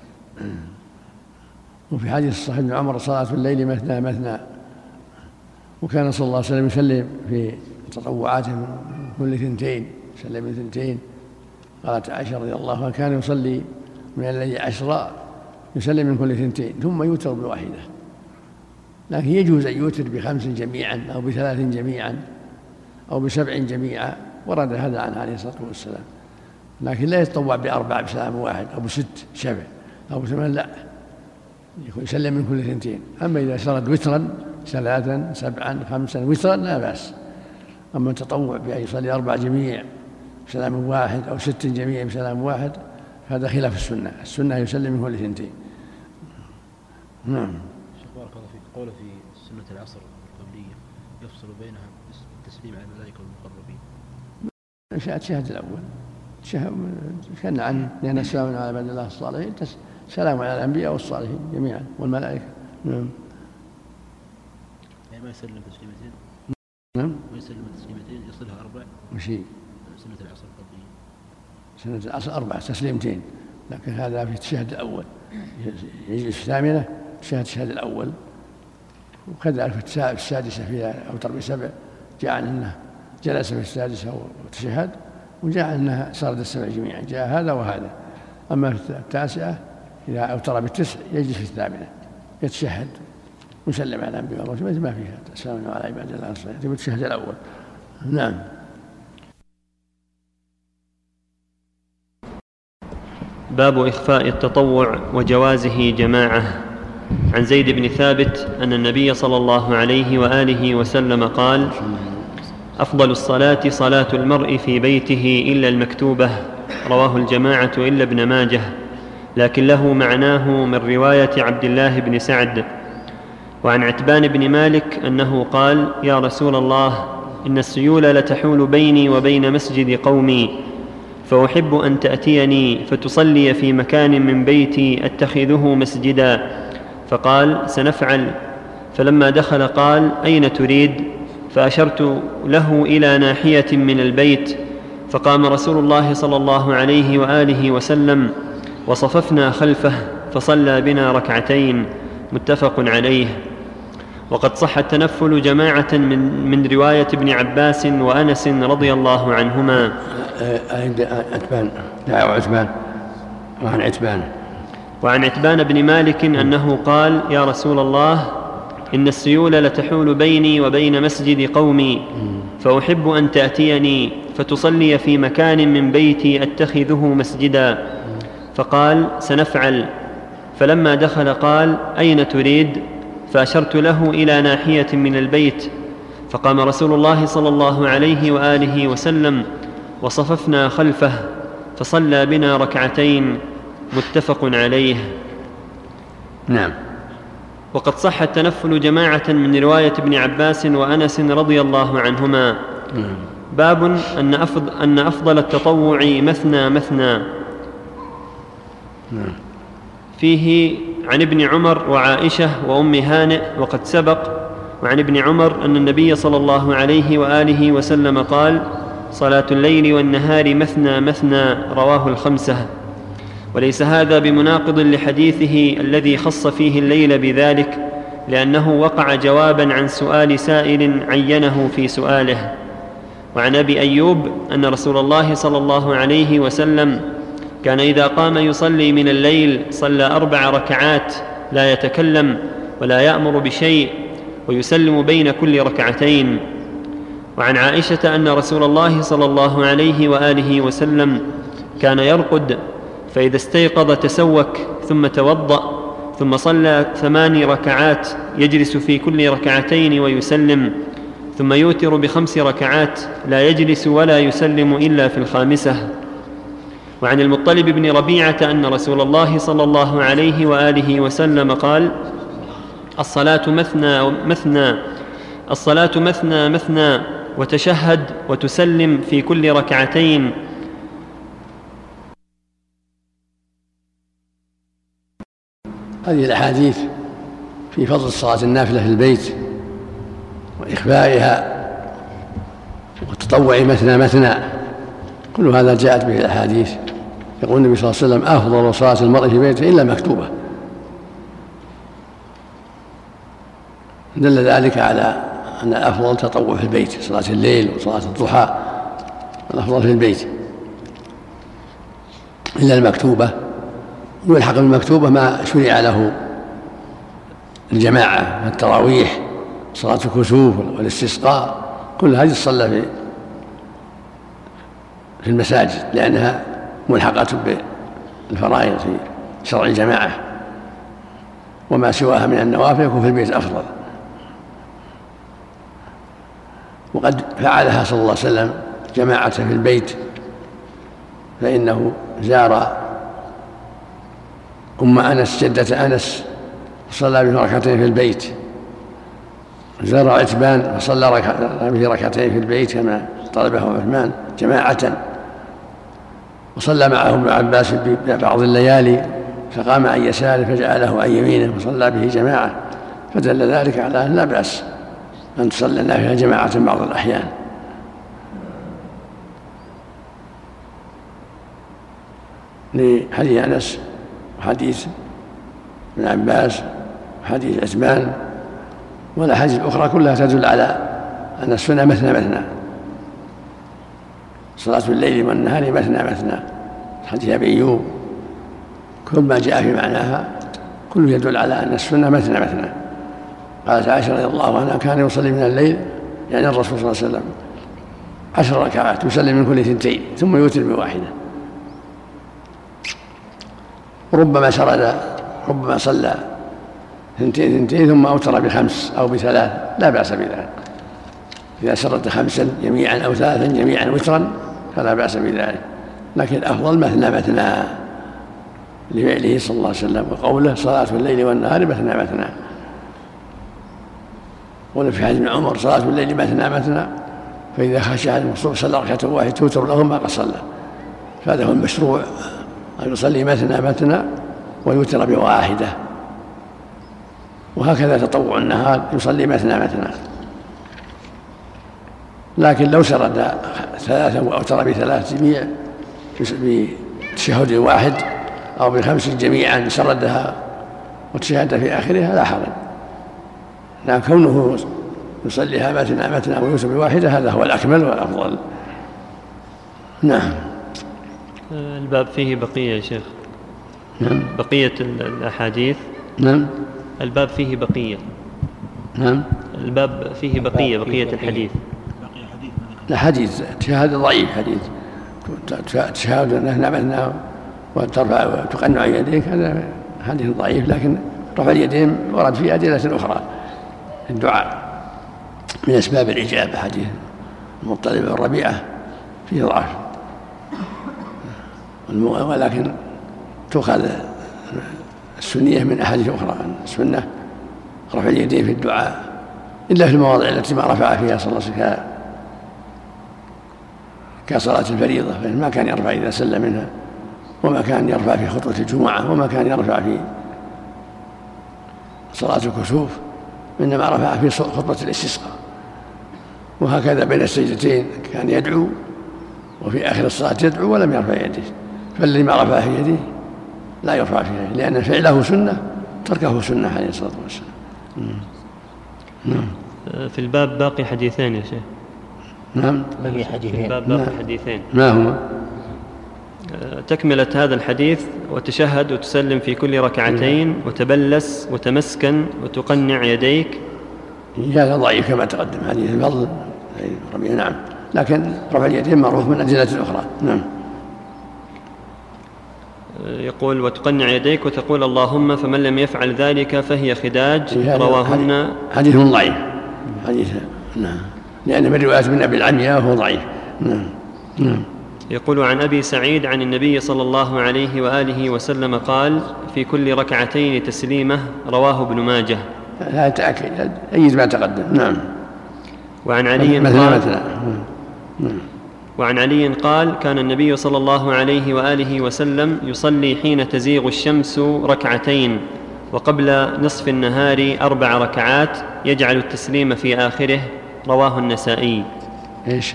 وفي حديث صحيح ابن عمر: صلاة الليل مثنى مثنى. وكان صلى الله عليه وسلم يسلم في تطوعاته من كل 2، يسلم من 2. قالت عائشة رضي الله عنها: كان يصلي من الليل 10 يسلم من كل 2 ثم يوتر ب1، لكن يجوز أن يوتر ب5 جميعا أو ب3 جميعا أو ب7 جميعا، ورد هذا عنه عليه الصلاة والسلام، لكن لا يتطوع ب4 بسلام واحد أو ب6 شبع أو ب8، لا، يسلم من كل 2. أما إذا سرد وترا 3 7 5 وترا لا بأس. أما التطوع بأن يصلي 4 جميع بسلام واحد أو 6 جميع بسلام واحد هذا خلاف السنة. السنة يسلم من كل 2. نعم. شيخ بارك الله فيك، قول في سنة العصر القبلية يفصل بينها بالتسليم على الملائكة والمقربين. الشهد الأول كان عنه، لأن السلام على عباد الله الصالحين سلام على الأنبياء والصالحين جميعا والملائكة. نعم. يعني ما يسلم تسليمتين. نعم. ويسلم تسليمتين يصلها 4. وشيء سنة العصر القبلية. سنة العصر 4 تسليمتين، لكن هذا في الشهد الأول يجلس في 8 الشهد الأول. وكذلك في السادسة فيها أوتر ب7 جاء أنه جلس في السادسة وتشهد، وجاء أنها سرد 7 جميعا، جاء هذا وهذا. أما في 9 إذا أوتر ب9 يجلس في 8 يتشهد ويسلم على الأنبياء والرسل، ما فيها السلام على عباد الله الصالحين، يقول الشهد الأول. نعم. باب إخفاء التطوع وجوازه جماعة. عن زيد بن ثابت أن النبي صلى الله عليه وآله وسلم قال: أفضل الصلاة صلاة المرء في بيته إلا المكتوبة، رواه الجماعة إلا ابن ماجه، لكن له معناه من رواية عبد الله بن سعد. وعن عتبان بن مالك أنه قال: يا رسول الله، إن السيول لتحول بيني وبين مسجد قومي، فأحب أن تأتيني فتصلي في مكان من بيتي أتخذه مسجدا. فقال: سنفعل. فلما دخل قال: أين تريد؟ فأشرت له إلى ناحية من البيت، فقام رسول الله صلى الله عليه وآله وسلم وصففنا خلفه فصلى بنا 2 متفق عليه. وقد صح التنفل جماعة من رواية ابن عباس وأنس رضي الله عنهما. وعن عتبان بن مالك أنه قال: يا رسول الله، إن السيول لتحول بيني وبين مسجد قومي، فأحب أن تأتيني فتصلي في مكان من بيتي أتخذه مسجدا. فقال: سنفعل. فلما دخل قال: أين تريد؟ فأشرت له إلى ناحية من البيت، فقام رسول الله صلى الله عليه وآله وسلم وصففنا خلفه فصلى بنا 2 متفق عليه. نعم. وقد صح التنفل جماعة من رواية ابن عباس وأنس رضي الله عنهما. باب أن أفضل التطوع مثنى مثنى. فيه عن ابن عمر وعائشة وأم هانئ وقد سبق. وعن ابن عمر أن النبي صلى الله عليه وآله وسلم قال: صلاة الليل والنهار مثنى مثنى، رواه 5. وليس هذا بمناقض لحديثه الذي خص فيه الليل بذلك، لأنه وقع جوابا عن سؤال سائل عينه في سؤاله. وعن أبي أيوب أن رسول الله صلى الله عليه وسلم كان إذا قام يصلي من الليل صلى 4 ركعات لا يتكلم ولا يأمر بشيء، ويسلم بين كل 2. وعن عائشة أن رسول الله صلى الله عليه وآله وسلم كان يرقد، فإذا استيقظ تسوك ثم توضأ، ثم صلى 8 ركعات يجلس في كل 2 ويسلم، ثم يوتر ب5 ركعات لا يجلس ولا يسلم إلا في 5. وعن المطلب بن ربيعة أن رسول الله صلى الله عليه وآله وسلم قال: الصلاة مثنى مثنى وتشهد وتسلم في كل ركعتين. هذه الأحاديث في فضل الصلاة النافلة في البيت وإخفائها والتطوع مثنى مثنى، كل هذا جاءت به الأحاديث. يقول النبي صلى الله عليه وسلم: أفضل صلاة المرء في بيته إلا مكتوبة. دل ذلك على أن الأفضل تطوع في البيت، صلاة الليل وصلاة الضحى الأفضل في البيت إلا المكتوبة. يلحق بالمكتوبة ما شرع له الجماعة، التراويح، صلاة الكسوف والاستسقاء، كل هذه تصلى في المساجد لأنها ملحقة بالفرائض في شرع الجماعة، وما سواها من النوافل يكون في البيت أفضل. وقد فعلها صلى الله عليه وسلم جماعة في البيت، فإنه زار أم أنس جدة أنس وصلى به ركعتين في البيت، زار عتبان فصلى به ركعتين في البيت كما طلبه عثمان جماعة، وصلى معه ابن عباس في بعض الليالي فقام عن يساره فجعله عن يمينه وصلى به جماعة، فدل ذلك على أن لا بأس أن تصلى النافلة جماعة بعض الأحيان. لحديث أنس وحديث ابن عباس وحديث عثمان والأحاديث الأخرى كلها تدل على أن السنة مثنى مثنى، صلاة الليل والنهار مثنى مثنى. حديث أبي أيوب كل ما جاء في معناها كله يدل على أن السنة مثنى مثنى. قالت عائشة رضي الله عنها: كان يصلي من الليل، يعني الرسول صلى الله عليه وسلم، 10 ركعات يسلم من كل 2 ثم يوتر بواحدة. ربما صلى 2 ثم أوتر ب5 أو ب3، لا بأس بذلك. إذا سرد 5 جميعا أو 3 جميعا وترا فلا بأس بذلك، لكن الأفضل مثنى مثنى لفعله صلى الله عليه وسلم وقوله: صلاة الليل والنهار مثنى مثنى. وفي حديث ابن عمر: صلاة الليل مثنى مثنى، فإذا خشع الصبح صلى ركعة واحدة توتر له ما قد صلى. فهذا هو المشروع، أن يصلي مثنى مثنى ويوتر بواحدة. وهكذا تطوع النهار يصلي مثنى مثنى. لكن لو سرد 3 وأوتر ب3 جميع بتشهد واحد أو ب5 جميعا سردها وتشهد في آخرها لا حرج، لكن كونه يصليها مثنى مثنى ويوتر بواحدة هذا هو الأكمل والأفضل. نعم. الباب فيه بقية يا شيخ. نعم. بقية الأحاديث. نعم. الباب فيه بقية. نعم. الباب فيه بقية الحديث. الحديث شهادة ضعيف، حديث تشهد مثنى مثنى وترفع وتقنع يديك، هذا حديث ضعيف. لكن رفع اليدين ورد في أدلة أخرى في الدعاء من أسباب الإجابة. حديث المطلب بن ربيعة فيه ضعف، ولكن تؤخذ السنية من أحاديث أخرى. السنة رفع اليدين في الدعاء إلا في المواضع التي ما رفع فيها صلى الله عليه وسلم كصلاة الفريضة، فإن ما كان يرفع إذا سلم منها، وما كان يرفع في خطبة الجمعة، وما كان يرفع في صلاة الكسوف، إنما رفع في خطبة الاستسقاء. وهكذا بين السجدتين كان يدعو، وفي آخر الصلاة يدعو ولم يرفع يده. فالذي ما رفع في يده لا يرفع في يده، لأن فعله سنة تركه سنة عليه الصلاة والسلام. في الباب باقي حديثين يا شيخ. نعم. باقي حديثين. الباب باقي حديثين. ما هما؟ تكملة هذا الحديث: وتشهد وتسلم في كل ركعتين وتبلس وتمسكن وتقنع يديك. هذا ضعيف كما تقدم، حديث الفضل ربيع. نعم. لكن رفع اليدين معروف من أدلة أخرى. نعم. يقول: وتقنع يديك وتقول اللهم، فمن لم يفعل ذلك فهي خداج. رواهن. حديث ضعيف، حديث. نعم. لأن من رواية ابن أبي العمياء وهو ضعيف. نعم. نعم. يقول: عن أبي سعيد عن النبي صلى الله عليه وآله وسلم قال: في كل ركعتين تسليمة. رواه ابن ماجه. لا يتأكد أيد ما تقدم. نعم. وعن علي مثلا. وعن علي قال: كان النبي صلى الله عليه وآله وسلم يصلي حين تزيغ الشمس ركعتين، وقبل نصف النهار 4 ركعات، يجعل التسليم في آخره. رواه النسائي. إيش؟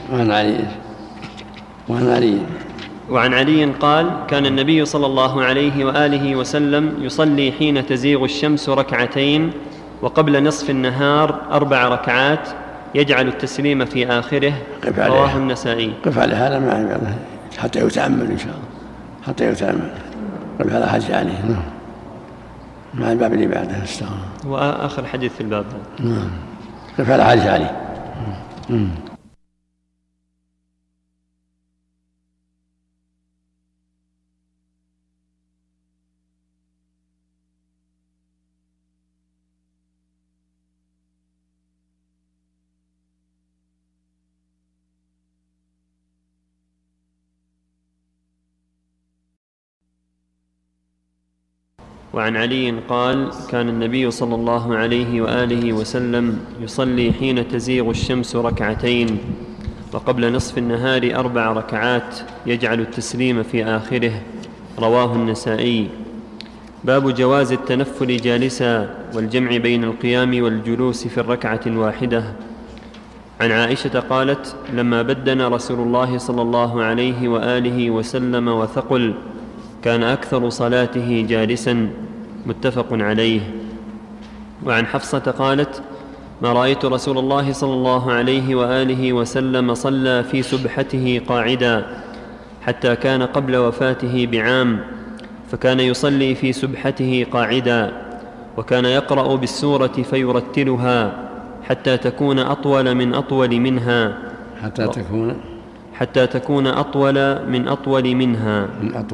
وعن علي قال: كان النبي صلى الله عليه وآله وسلم يصلي حين تزيغ الشمس ركعتين، وقبل نصف النهار 4 ركعات، يجعل التسليم في آخره. رواه النسائي. قف على هذا ما حتى يتأمل إن شاء الله، حتى يتأمل. قف على حج عليه مع الباب اللي بعده. وآخر حديث في الباب. قف على حج عليه. وعن علي قال: كان النبي صلى الله عليه وآله وسلم يصلي حين تزيغ الشمس ركعتين، وقبل نصف النهار 4 ركعات، يجعل التسليم في آخره. رواه النسائي. باب جواز التنفل جالسا والجمع بين القيام والجلوس في الركعة الواحدة. عن عائشة قالت: لما بدنا رسول الله صلى الله عليه وآله وسلم وثقل، كان أكثر صلاته جالسا. متفق عليه. وعن حفصة قالت: ما رأيت رسول الله صلى الله عليه وآله وسلم صلى في سبحته قاعدا، حتى كان قبل وفاته بعام، فكان يصلي في سبحته قاعدا، وكان يقرأ بالسورة فيرتلها حتى تكون أطول من أطول منها، حتى تكون أطول من أطول منها،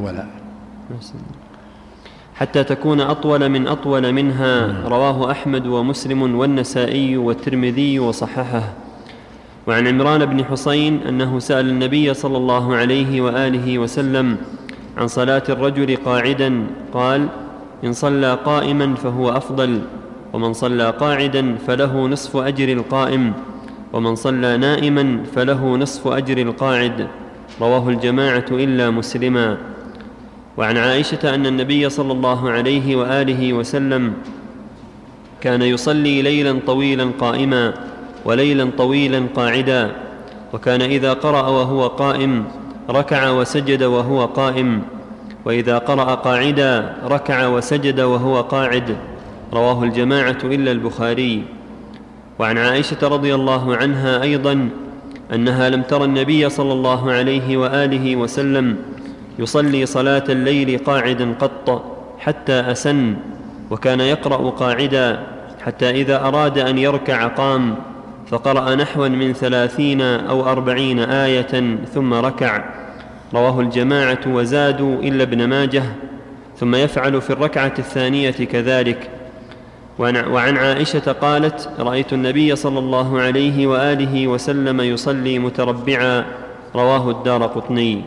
حتى تكون أطول من أطول منها. رواه أحمد ومسلم والنسائي والترمذي وصححه. وعن عمران بن حسين أنه سأل النبي صلى الله عليه وآله وسلم عن صلاة الرجل قاعدا، قال: إن صلى قائما فهو أفضل، ومن صلى قاعدا فله نصف أجر القائم، ومن صلى نائما فله نصف أجر القاعد. رواه الجماعة إلا مسلما. وعن عائشة أن النبي صلى الله عليه وآله وسلم كان يصلي ليلا طويلا قائما وليلا طويلا قاعدا، وكان إذا قرأ وهو قائم ركع وسجد وهو قائم، وإذا قرأ قاعدا ركع وسجد وهو قاعد. رواه الجماعة إلا البخاري. وعن عائشة رضي الله عنها أيضا أنها لم تر النبي صلى الله عليه وآله وسلم يصلي صلاة الليل قاعدا قط حتى أسن، وكان يقرأ قاعدا حتى إذا أراد أن يركع قام، فقرأ نحوا من 30 أو 40 آية ثم ركع. رواه الجماعة وزادوا إلا ابن ماجه، ثم يفعل في الركعة الثانية كذلك. وعن عائشة قالت: رأيت النبي صلى الله عليه وآله وسلم يصلي متربعا. رواه الدارقطني.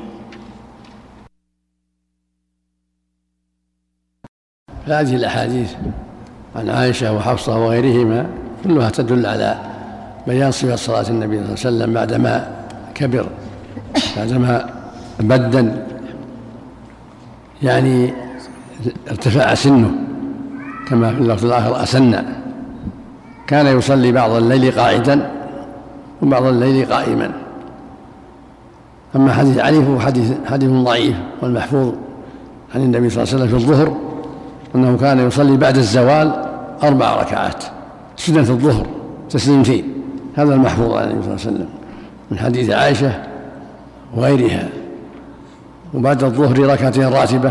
هذه الأحاديث عن عائشة وحفصة وغيرهما كلها تدل على بيان صفة صلاة النبي صلى الله عليه وسلم بعدما كبر، بعدما بدن، يعني ارتفع سنه، كما في اللفظ الآخر أسن. كان يصلي بعض الليل قاعدا وبعض الليل قائما. أما حديث علي فهو حديث ضعيف والمحفوظ عن النبي صلى الله عليه وسلم في الظهر أنه كان يصلي بعد الزوال 4 ركعات سنة الظهر تسليمتين. هذا المحفوظ عن النبي صلى الله عليه وسلم من حديث عائشة وغيرها. وبعد الظهر 2 ركعتين راتبة،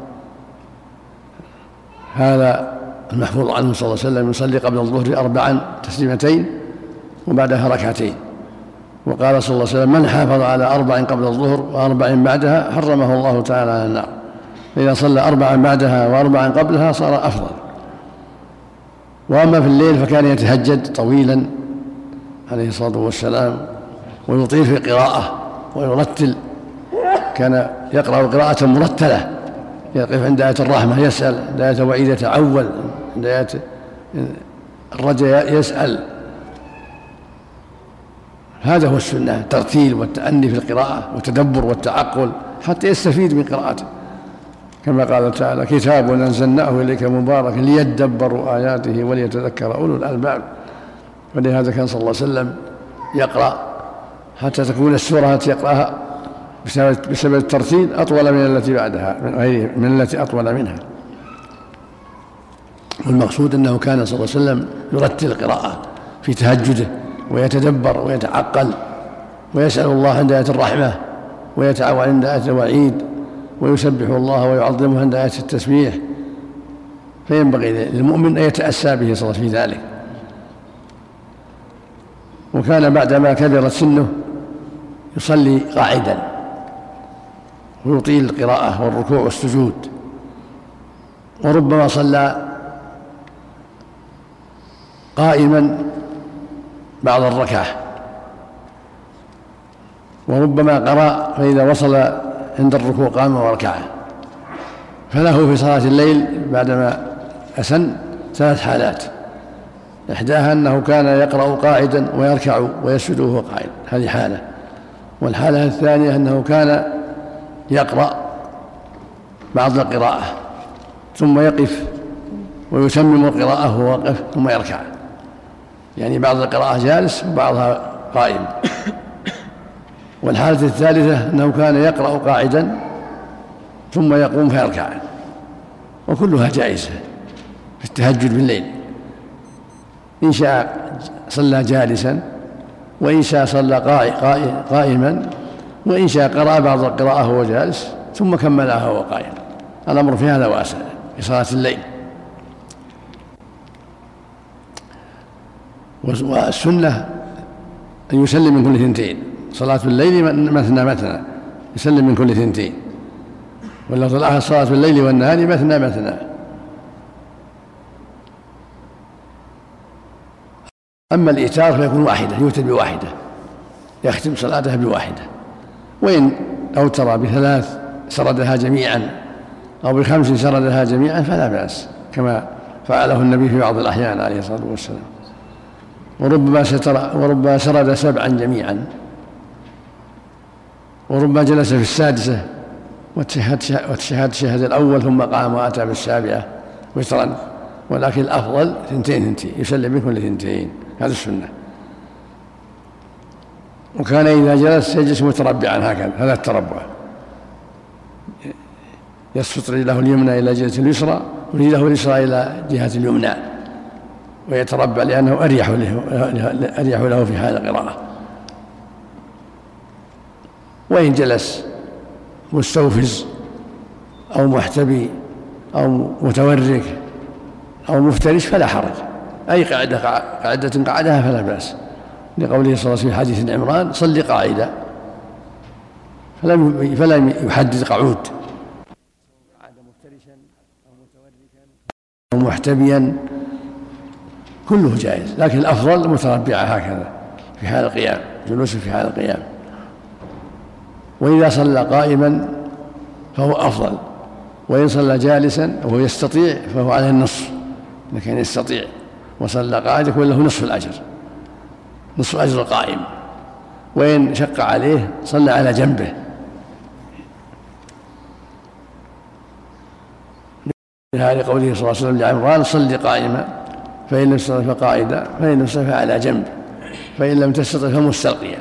هذا المحفوظ عنه صلى الله عليه وسلم يصلي قبل الظهر 4 تسليمتين وبعدها 2 ركعتين. وقال صلى الله عليه وسلم: من حافظ على 4 قبل الظهر و4 بعدها حرمه الله تعالى على النار. فإذا صلى 4 بعدها و4 قبلها صار أفضل. وأما في الليل فكان يتهجد طويلا عليه الصلاة والسلام، ويطيل في القراءة ويرتل كان يقرأ قراءة مرتلة، يقف عند آية الرحمة يسأل، عند آية الوعيد يتعول، عند آية الرجاء يسأل. هذا هو السنة، الترتيل والتأني في القراءة والتدبر والتعقل حتى يستفيد من قراءته، كما قال تعالى: كتاب أنزلناه إليك مبارك ليدبروا آياته وليتذكر أولو الألباب. ولهذا كان صلى الله عليه وسلم يقرأ حتى تكون السورة التي يقرأها بسبب الترتيل أطول من التي بعدها، من التي أطول منها. والمقصود أنه كان صلى الله عليه وسلم يرتل القراءة في تهجده ويتدبر ويتعقل ويسأل الله عند آية الرحمة ويتعوى عند آية الوعيد ويسبح الله ويعظمه عند آية التسبيح. فينبغي للمؤمن أن يتأسى به صلى الله عليه وسلم في ذلك. وكان بعدما كبرت سنه يصلي قاعدا ويطيل القراءة والركوع والسجود، وربما صلى قائما بعض الركعة، وربما قرأ فإذا وصل عند الركوع قام وركع. فله في صلاة الليل بعدما أسن 3 حالات: إحداها أنه كان يقرأ قاعدا ويركع ويسجد وهو قاعد، هذه حالة. والحالة الثانية أنه كان يقرأ بعض القراءة ثم يقف ويتمم القراءة وهو واقف ثم يركع، يعني بعض القراءة جالس وبعضها قائم. والحالة الثالثة أنه كان يقرأ قاعدا ثم يقوم فيركع، وكلها جائزة في التهجد بالليل. إن شاء صلى جالسا، وإن شاء صلى قائما، وإن شاء قرأ بعض القراءة وهو جالس ثم كملها وهو قائم. الأمر في هذا واسع في صلاة الليل. والسنة أن يسلم من كل 2. صلاة الليل مثنى مثنى، يسلم من كل 2. ولو تلاحظ صلاة الليل والنهار مثنى مثنى. أما الإيتار فيكون واحدة، يوتر بواحدة، يختم صلاته بواحدة. وإن أوتر ب3 سردها جميعا أو ب5 سردها جميعا فلا بأس، كما فعله النبي في بعض الأحيان عليه الصلاة والسلام. وربما سرد 7 جميعا، وربما جلس في 6 وتشهد الشهد الأول ثم قام وأتى بال7 وترا. ولكن الأفضل 2 يسلم من كل 2. هذا السنة. وكان إذا جلس يجلس متربعا هكذا، هذا التربع، يسفط رجله اليمنى إلى جهة اليسرى ورجله اليسرى إلى جهة اليمنى ويتربع، لأنه أريح له في حال القراءة. وإن جلس مستوفز أو محتبي أو متورك أو مفترش فلا حرج، أي قاعدة قعدها فلا بأس، لقوله صلى الله عليه وسلم في حديث عمران: صل قاعدا، فلا يحدد قعود، مفترشا أو متوركا أو محتبيا، كله جائز. لكن الأفضل متربعة هكذا في حال القيام، جلوس في حال القيام. وإذا صلى قائما فهو أفضل، وإن صلى جالسا وهو يستطيع فهو عليه النصف، إذا كان يستطيع وصلى قاعد يكون له نصف الأجر، نصف أجر القائم. وإن شق عليه صلى على جنبه، لهذا قوله صلى الله عليه وسلم لعمران: صل قائما فإن لم تستطع فقاعدا فإن لم تستطع فعلى جنب فإن لم تستطع فمستلقيا.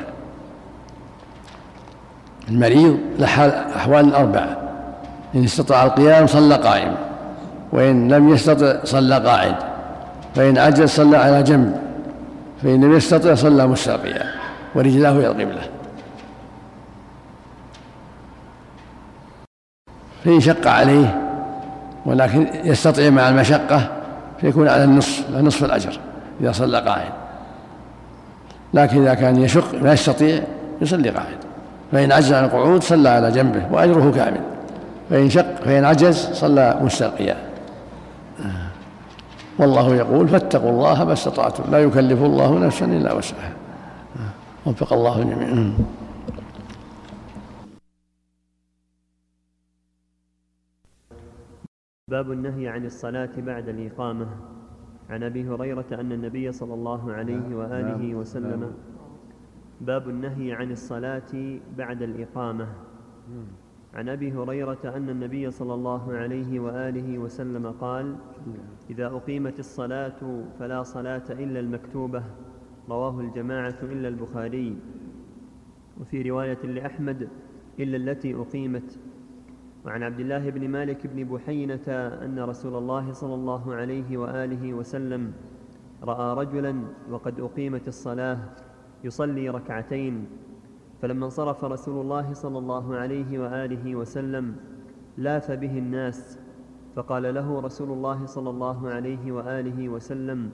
المريض له أحوال 4: إن استطاع القيام صلى قائما، وإن لم يستطع صلى قاعد، فإن عجز صلى على جنب، فإن لم يستطع صلى مستلقيا ورجلاه إلى القبلة. فإن شق عليه ولكن يستطيع مع المشقة فيكون على نصف الأجر إذا صلى قاعد. لكن إذا كان يشق لا يستطيع يصلي قاعد، فإن عجز عن القعود صلى على جنبه وأجره كامل، فإن عجز صلى مستلقيا. والله يقول: فاتقوا الله ما استطعتم لا يكلف الله نفسا إلا وسعها. وفق الله جميعا. باب النهي عن الصلاة بعد الإقامة. عن أبي هريرة أن النبي صلى الله عليه وآله وسلم باب النهي عن الصلاة بعد الإقامة. عن أبي هريرة أن النبي صلى الله عليه وآله وسلم قال: إذا أقيمت الصلاة فلا صلاة إلا المكتوبة. رواه الجماعة إلا البخاري. وفي رواية لأحمد: إلا التي أقيمت. وعن عبد الله بن مالك بن بحينة أن رسول الله صلى الله عليه وآله وسلم رأى رجلا وقد أقيمت الصلاة يصلي ركعتين، فلما انصرف رسول الله صلى الله عليه وآله وسلم لاث به الناس، فقال له رسول الله صلى الله عليه وآله وسلم: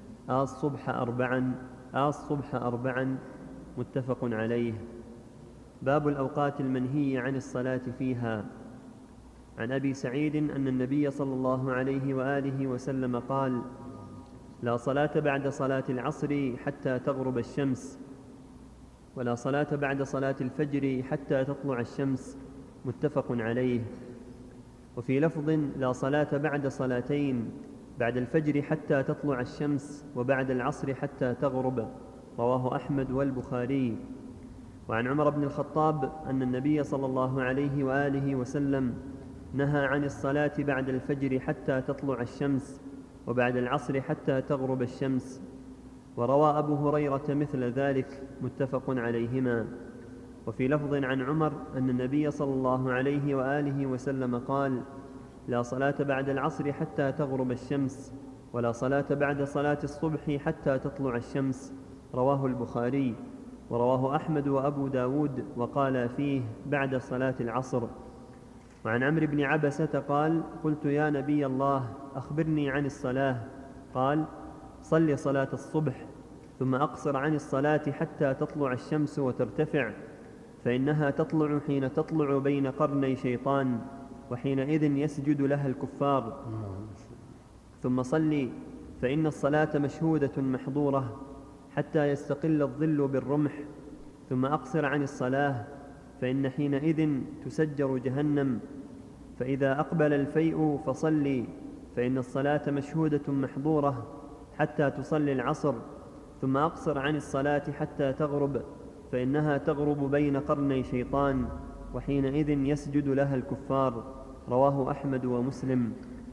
الصبح أربعا. متفق عليه. باب الأوقات المنهي عن الصلاة فيها. عن أبي سعيد أن النبي صلى الله عليه وآله وسلم قال: لا صلاة بعد صلاة العصر حتى تغرب الشمس، ولا صلاة بعد صلاة الفجر حتى تطلع الشمس. متفق عليه. وفي لفظ: لا صلاة بعد صلاتين، بعد الفجر حتى تطلع الشمس، وبعد العصر حتى تغرب. رواه أحمد والبخاري. وعن عمر بن الخطاب أن النبي صلى الله عليه وآله وسلم نهى عن الصلاة بعد الفجر حتى تطلع الشمس، وبعد العصر حتى تغرب الشمس. وروى أبو هريرة مثل ذلك. متفق عليهما. وفي لفظ عن عمر أن النبي صلى الله عليه وآله وسلم قال: لا صلاة بعد العصر حتى تغرب الشمس، ولا صلاة بعد صلاة الصبح حتى تطلع الشمس. رواه البخاري. ورواه أحمد وأبو داود وقال فيه: بعد صلاة العصر. وعن عمرو بن عبسة قال: قلت يا نبي الله أخبرني عن الصلاة. قال: صل صلاة الصبح، ثم أقصر عن الصلاة حتى تطلع الشمس وترتفع، فإنها تطلع حين تطلع بين قرني شيطان، وحينئذ يسجد لها الكفار. ثم صل، فإن الصلاة مشهودة محظورة حتى يستقل الظل بالرمح. ثم أقصر عن الصلاة، فإن حينئذ تسجر جهنم. فإذا أقبل الفيء فصلي، فإن الصلاة مشهودة محظورة حتى تصلي العصر. ثم أقصر عن الصلاة حتى تغرب، فإنها تغرب بين قرني شيطان، وحينئذ يسجد لها الكفار. رواه أحمد ومسلم.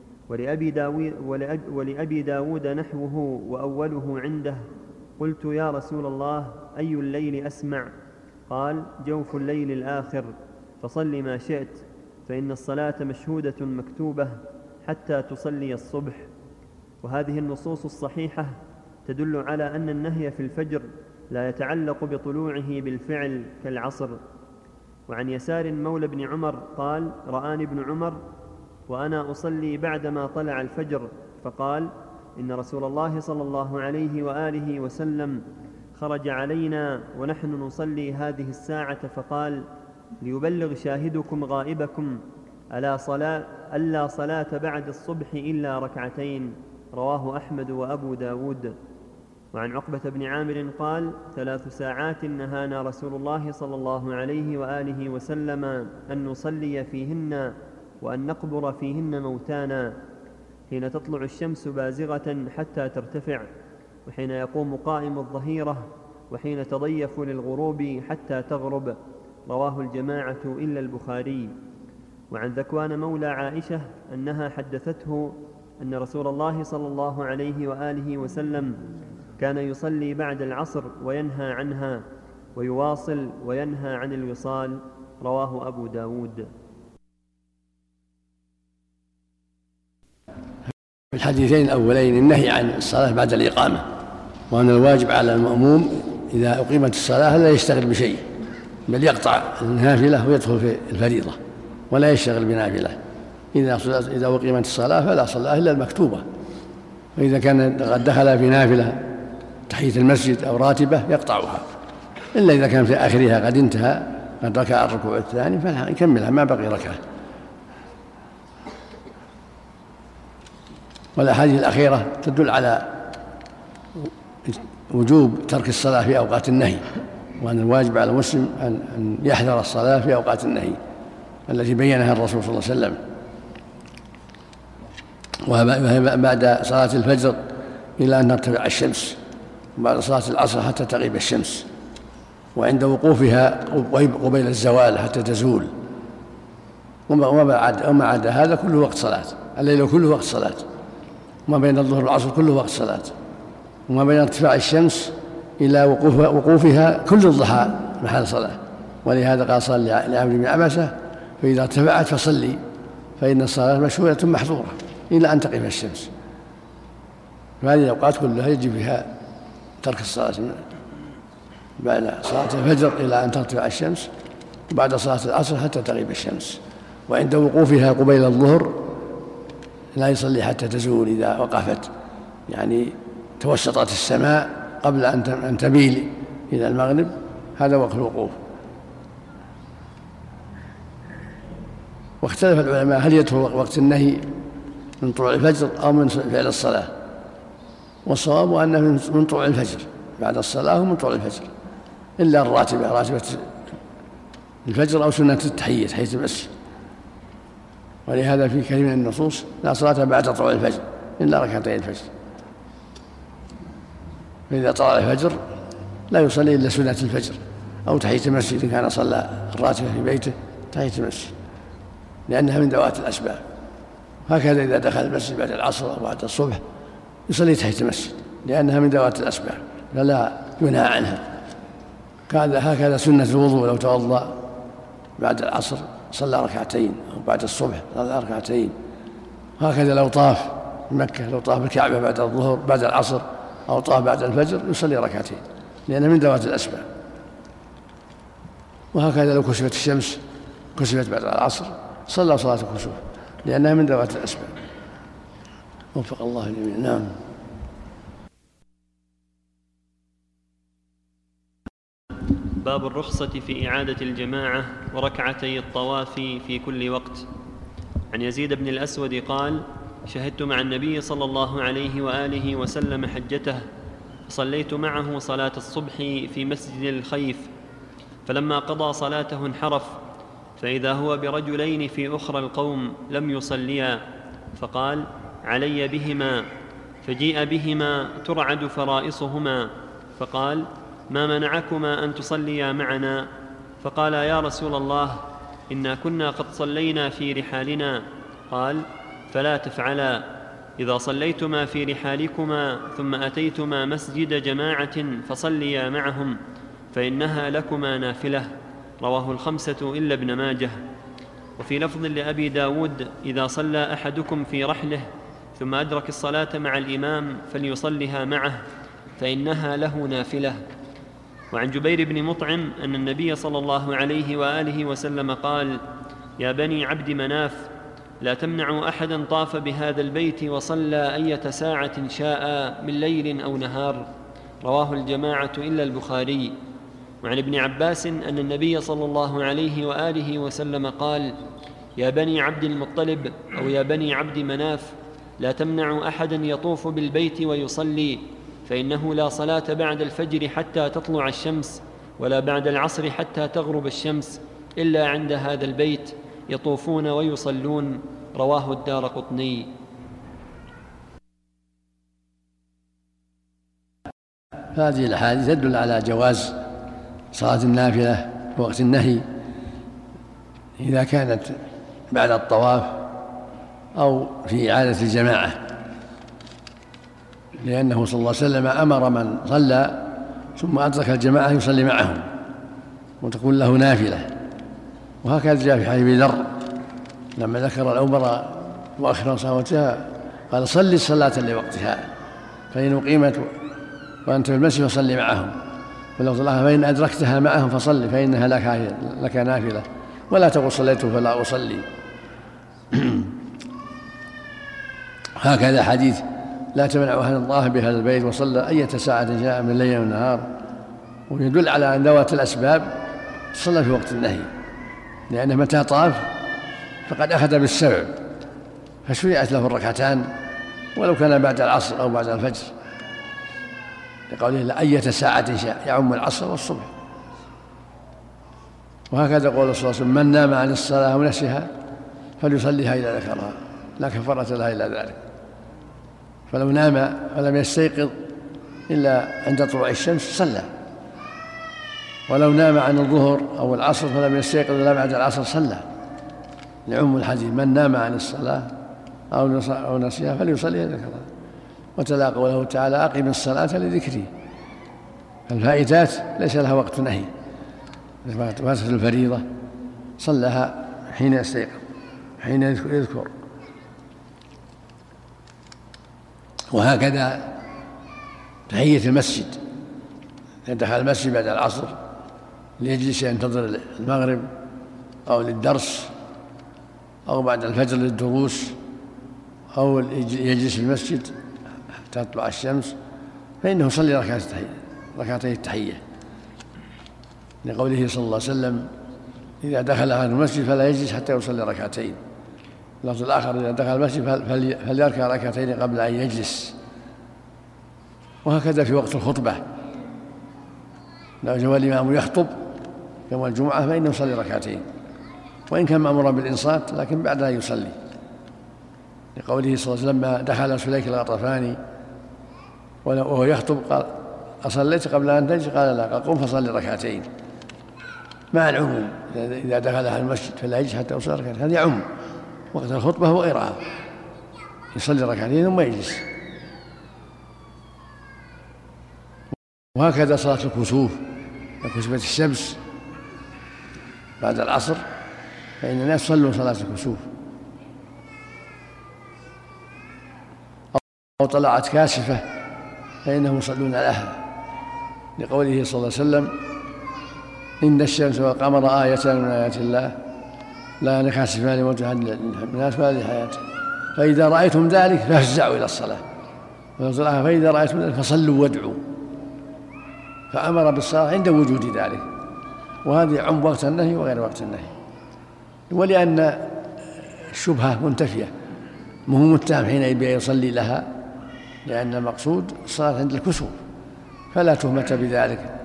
ولأبي داود نحوه وأوله عنده. قلت يا رسول الله أي الليل أسمع؟ قال: جوف الليل الآخر، فصل ما شئت، فإن الصلاة مشهودة مكتوبة حتى تصلي الصبح. وهذه النصوص الصحيحة تدل على أن النهي في الفجر لا يتعلق بطلوعه بالفعل كالعصر. وعن يسار مولى بن عمر قال: رآني ابن عمر وأنا أصلي بعدما طلع الفجر، فقال: إن رسول الله صلى الله عليه وآله وسلم خرج علينا ونحن نصلي هذه الساعة، فقال: ليبلغ شاهدكم غائبكم، ألا صلاة بعد الصبح إلا ركعتين. رواه أحمد وأبو داود. وعن عقبة بن عامر قال: 3 ساعات نهانا رسول الله صلى الله عليه وآله وسلم أن نصلي فيهن وأن نقبر فيهن موتانا، حين تطلع الشمس بازغة حتى ترتفع، وحين يقوم قائم الظهيرة، وحين تضيف للغروب حتى تغرب. رواه الجماعة إلا البخاري. وعن ذكوان مولى عائشة أنها حدثته أن رسول الله صلى الله عليه وآله وسلم كان يصلي بعد العصر وينهى عنها، ويواصل وينهى عن الوصال. رواه أبو داود. في الحديثين الأولين النهي عن الصلاة بعد الإقامة، وأن الواجب على المأموم إذا أقيمت الصلاة لا يشتغل بشيء، بل يقطع النافلة ويدخل في الفريضة ولا يشتغل بنافلة. إذا أقيمت الصلاة فلا صلاة إلا المكتوبة، وإذا كان قد دخل في نافلة تحية المسجد أو راتبة يقطعها، إلا إذا كان في آخرها قد انتهى، قد ركع الركوع الثاني فيكملها ما بقي ركعة. والأحاديث الأخيرة تدل على وجوب ترك الصلاة في أوقات النهي، وأن الواجب على المسلم أن يحذر الصلاة في أوقات النهي التي بينها الرسول صلى الله عليه وسلم. وهي بعد صلاة الفجر إلى أن ترتفع الشمس، وبعد صلاة العصر حتى تغيب الشمس، وعند وقوفها قبيل الزوال حتى تزول. وما عدا هذا كله وقت صلاة، الليل كله وقت صلاة، وما بين الظهر والعصر كله وقت صلاة، وما بين ارتفاع الشمس إلى وقوفها كل الضحى محل صلاة. ولهذا قال صلى لعمرو بن عبسة: فإذا ارتفعت فصلي فإن الصلاة مشهورة محظورة إلى أن تقف الشمس. فهذه الأوقات كلها يجب فيها ترك الصلاة بعد صلاة الفجر إلى أن ترتفع الشمس، وبعد صلاة العصر حتى تغيب الشمس، وعند وقوفها قبيل الظهر لا يصلي حتى تزول إذا وقفت، يعني توسطت السماء قبل أن تميل إلى المغرب، هذا وقت الوقوف. واختلف العلماء هل يدخل وقت النهي من طلوع الفجر أو من فعل الصلاة، والصواب أنه من طلوع الفجر بعد الصلاة ومن طلوع الفجر، إلا الراتبة، راتبة الفجر أو سنة التحية، تحية المسجد. ولهذا في كثير من النصوص: لا صلاة بعد طلوع الفجر إلا ركعتي الفجر. فإذا طلع الفجر لا يصلي إلا سنة الفجر أو تحية المسجد إن كان صلى الراتبة في بيته تحية المسجد، لأنها من ذوات الأسباب. هكذا إذا دخل المسجد بعد العصر أو بعد الصبح يصلي تحية المسجد، لأنها من ذوات الأسباب فلا ينهى عنها. هكذا سنة الوضوء: لو توضأ بعد العصر صلى ركعتين، أو بعد الصبح صلى ركعتين. هكذا لو طاف مكة، لو طاف الكعبة بعد الظهر بعد العصر أو طاف بعد الفجر يصلي ركعتين، لأنها من ذوات الأسباب. وهكذا لو كسفت الشمس، كسفت بعد العصر، صلى صلاة الكسوف، لأنها من ذوات الأسباب. وفق الله الجميع. نعم. باب الرخصة في إعادة الجماعة وركعتي الطواف في كل وقت. عن يزيد بن الأسود قال: شهدت مع النبي صلى الله عليه وآله وسلم حجته، فصليت معه صلاة الصبح في مسجد الخيف، فلما قضى صلاته انحرف، فإذا هو برجلين في أخرى القوم لم يصليا، فقال: علي بهما، فجيء بهما ترعد فرائصهما، فقال: ما منعكما أن تصليا معنا؟ فقال: يا رسول الله، إنا كنا قد صلينا في رحالنا. قال: فلا تفعلا، إذا صليتما في رحالكما ثم أتيتما مسجد جماعة فصليا معهم، فإنها لكما نافلة. رواه الخمسة إلا ابن ماجه. وفي لفظ لأبي داود: إذا صلى أحدكم في رحله ثم أدرك الصلاة مع الإمام فليصلها معه، فإنها له نافلة. وعن جبير بن مطعم أن النبي صلى الله عليه وآله وسلم قال: يا بني عبد مناف، لا تمنعوا أحدا طاف بهذا البيت وصلى أية ساعة شاء من ليل أو نهار. رواه الجماعة إلا البخاري. وعن ابن عباس أن النبي صلى الله عليه وآله وسلم قال: يا بني عبد المطلب أو يا بني عبد مناف، لا تمنعوا أحدا يطوف بالبيت ويصلي، فإنه لا صلاة بعد الفجر حتى تطلع الشمس، ولا بعد العصر حتى تغرب الشمس، إلا عند هذا البيت يطوفون ويصلون. رواه الدارقطني. هذه الأحاديث تدل على جواز صلاة النافلة في وقت النهي إذا كانت بعد الطواف أو في إعادة الجماعة، لأنه صلى الله عليه وسلم أمر من صلى ثم أدرك الجماعة يصلي معهم وتكون له نافلة. وهكذا جاء في حديث أبي ذر لما ذكر الأمر مؤخرا صلاتها قال: صلي الصلاة لوقتها، فإن أقيمت وأنت في المسجد فصلي معهم، ولو صلاها فإن أدركتها معهم فصلي، فإنها لك نافلة، ولا تقل صليت فلا أصلي. هكذا حديث: لا تمنع أحد طاف بهذا البيت وصلى أية ساعة جاء من الليل والنهار، ويدل على أن ذوات الأسباب صلى في وقت النهي، لأنه متى طاف فقد أخذ بالسبب، فشرعت له الركعتان ولو كان بعد العصر أو بعد الفجر، لقوله: لأية ساعة شاء، يعم العصر والصبح. وهكذا قول صلى الله عليه وسلم: من نام عن الصلاة ونسيها فليصليها إذا ذكرها، لا كفارة لها إلا ذلك. فلو نام ولم يستيقظ إلا عند طلوع الشمس صلى، ولو نام عن الظهر أو العصر فلم يستيقظ إلا بعد العصر صلى، لعم الحديث من نام عن الصلاة أو نسيها فليصلي ذكرها. وتلا قوله تعالى أقم الصلاة لذكري. الفائتات ليس لها وقت نهي، فاتت الفريضة صلىها حين يستيقظ حين يذكر. وهكذا تحية المسجد، إذا دخل المسجد بعد العصر ليجلس ينتظر المغرب أو للدرس أو بعد الفجر للدروس أو يجلس في المسجد حتى تطلع الشمس، فإنه يصلي ركعتي التحية، لقوله صلى الله عليه وسلم إذا دخل أحد المسجد فلا يجلس حتى يصلي ركعتين. اللفظ الآخر إذا دخل المسجد فليركع ركعتين قبل أن يجلس. وهكذا في وقت الخطبة لو جاء الإمام يخطب يوم الجمعة فإنه يصلي ركعتين، وإن كان مأمورا بالإنصات لكن بعدها يصلي، لقوله صلى الله عليه وسلم لما دخل سليك الغطفاني وهو يخطب قال أصليت قبل أن تجلس؟ قال لا. قال قم فصلي ركعتين، مع العموم إذا دخل أهل المسجد فلا يجلس حتى يصلي ركعتين، هذا يعم وقت الخطبة وغيرها، يصلي ركعتين ثم يجلس. وهكذا صلاة الكسوف، كسوفة الشمس بعد العصر فإن الناس يصلون صلاة الكسوف، أو طلعت كاشفة فإنهم يصلون لها، لقوله صلى الله عليه وسلم إن الشمس والقمر آيتان من آيات الله لا ينكسفان لموت أحد من الناس ولا لحياته، فإذا رأيتم ذلك فافزعوا إلى الصلاة، فإذا رأيتم ذلك فصلوا وادعوا، فأمر بالصلاة عند وجود ذلك. وهذه عم وقت النهي وغير وقت النهي، ولأن الشبهة منتفية، مهم متهم حين يصلي لها، لأن المقصود الصلاة عند الكسوف، فلا تهمة بذلك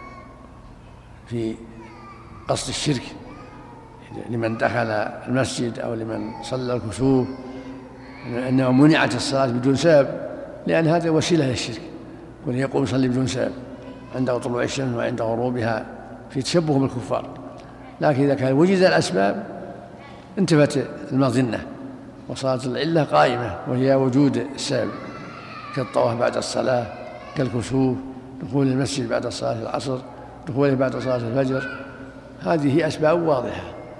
في قصد الشرك لمن دخل المسجد أو لمن صلى الكسوف، أنه منعت الصلاة بدون سبب، لأن هذا وسيلة للشرك، ويقوم يصلي بدون سبب عند طلوع الشمس وعند غروبها في تشبه بالكفار. لكن إذا كان وجد الأسباب انتفت المظنة وصارت العلة قائمة، وهي وجود السبب كالطواف بعد الصلاة، كالكسوف، دخول المسجد بعد صلاة العصر، دخوله بعد صلاة الفجر، هذه أسباب واضحة.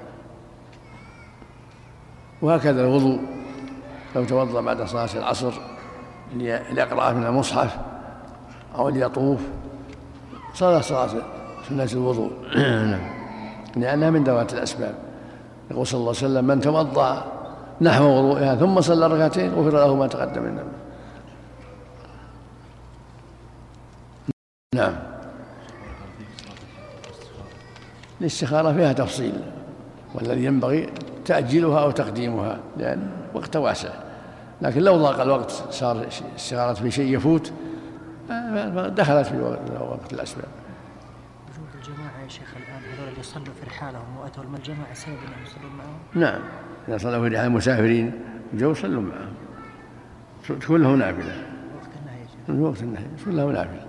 وهكذا الوضوء، لو توضأ بعد صلاة العصر ليقرأ من المصحف أو ليطوف صلاة سنة الوضوء لأنها من ذوات الأسباب. يقول صلى الله عليه وسلم من توضأ نحو وضوئها ثم صلى ركعتين غفر له ما تقدم من ذنبه. نعم. الاستخارة فيها تفصيل، والذي ينبغي تأجيلها أو تقديمها لأن وقت واسع، لكن لو ضاق الوقت صار استخارة في شيء يفوت دخلت في وقت الأسباب. وجود الجماعة يا شيخ الآن هذول اللي يصلوا في رحالهم وأتوا الجماعة سبب أنهم يصلون معهم؟ نعم، إذا صلوا في رحال المسافرين وجو صلوا معهم، كلهم نافلة. وقت النهي يا شيخ. وقت النهي كلهم نافلة.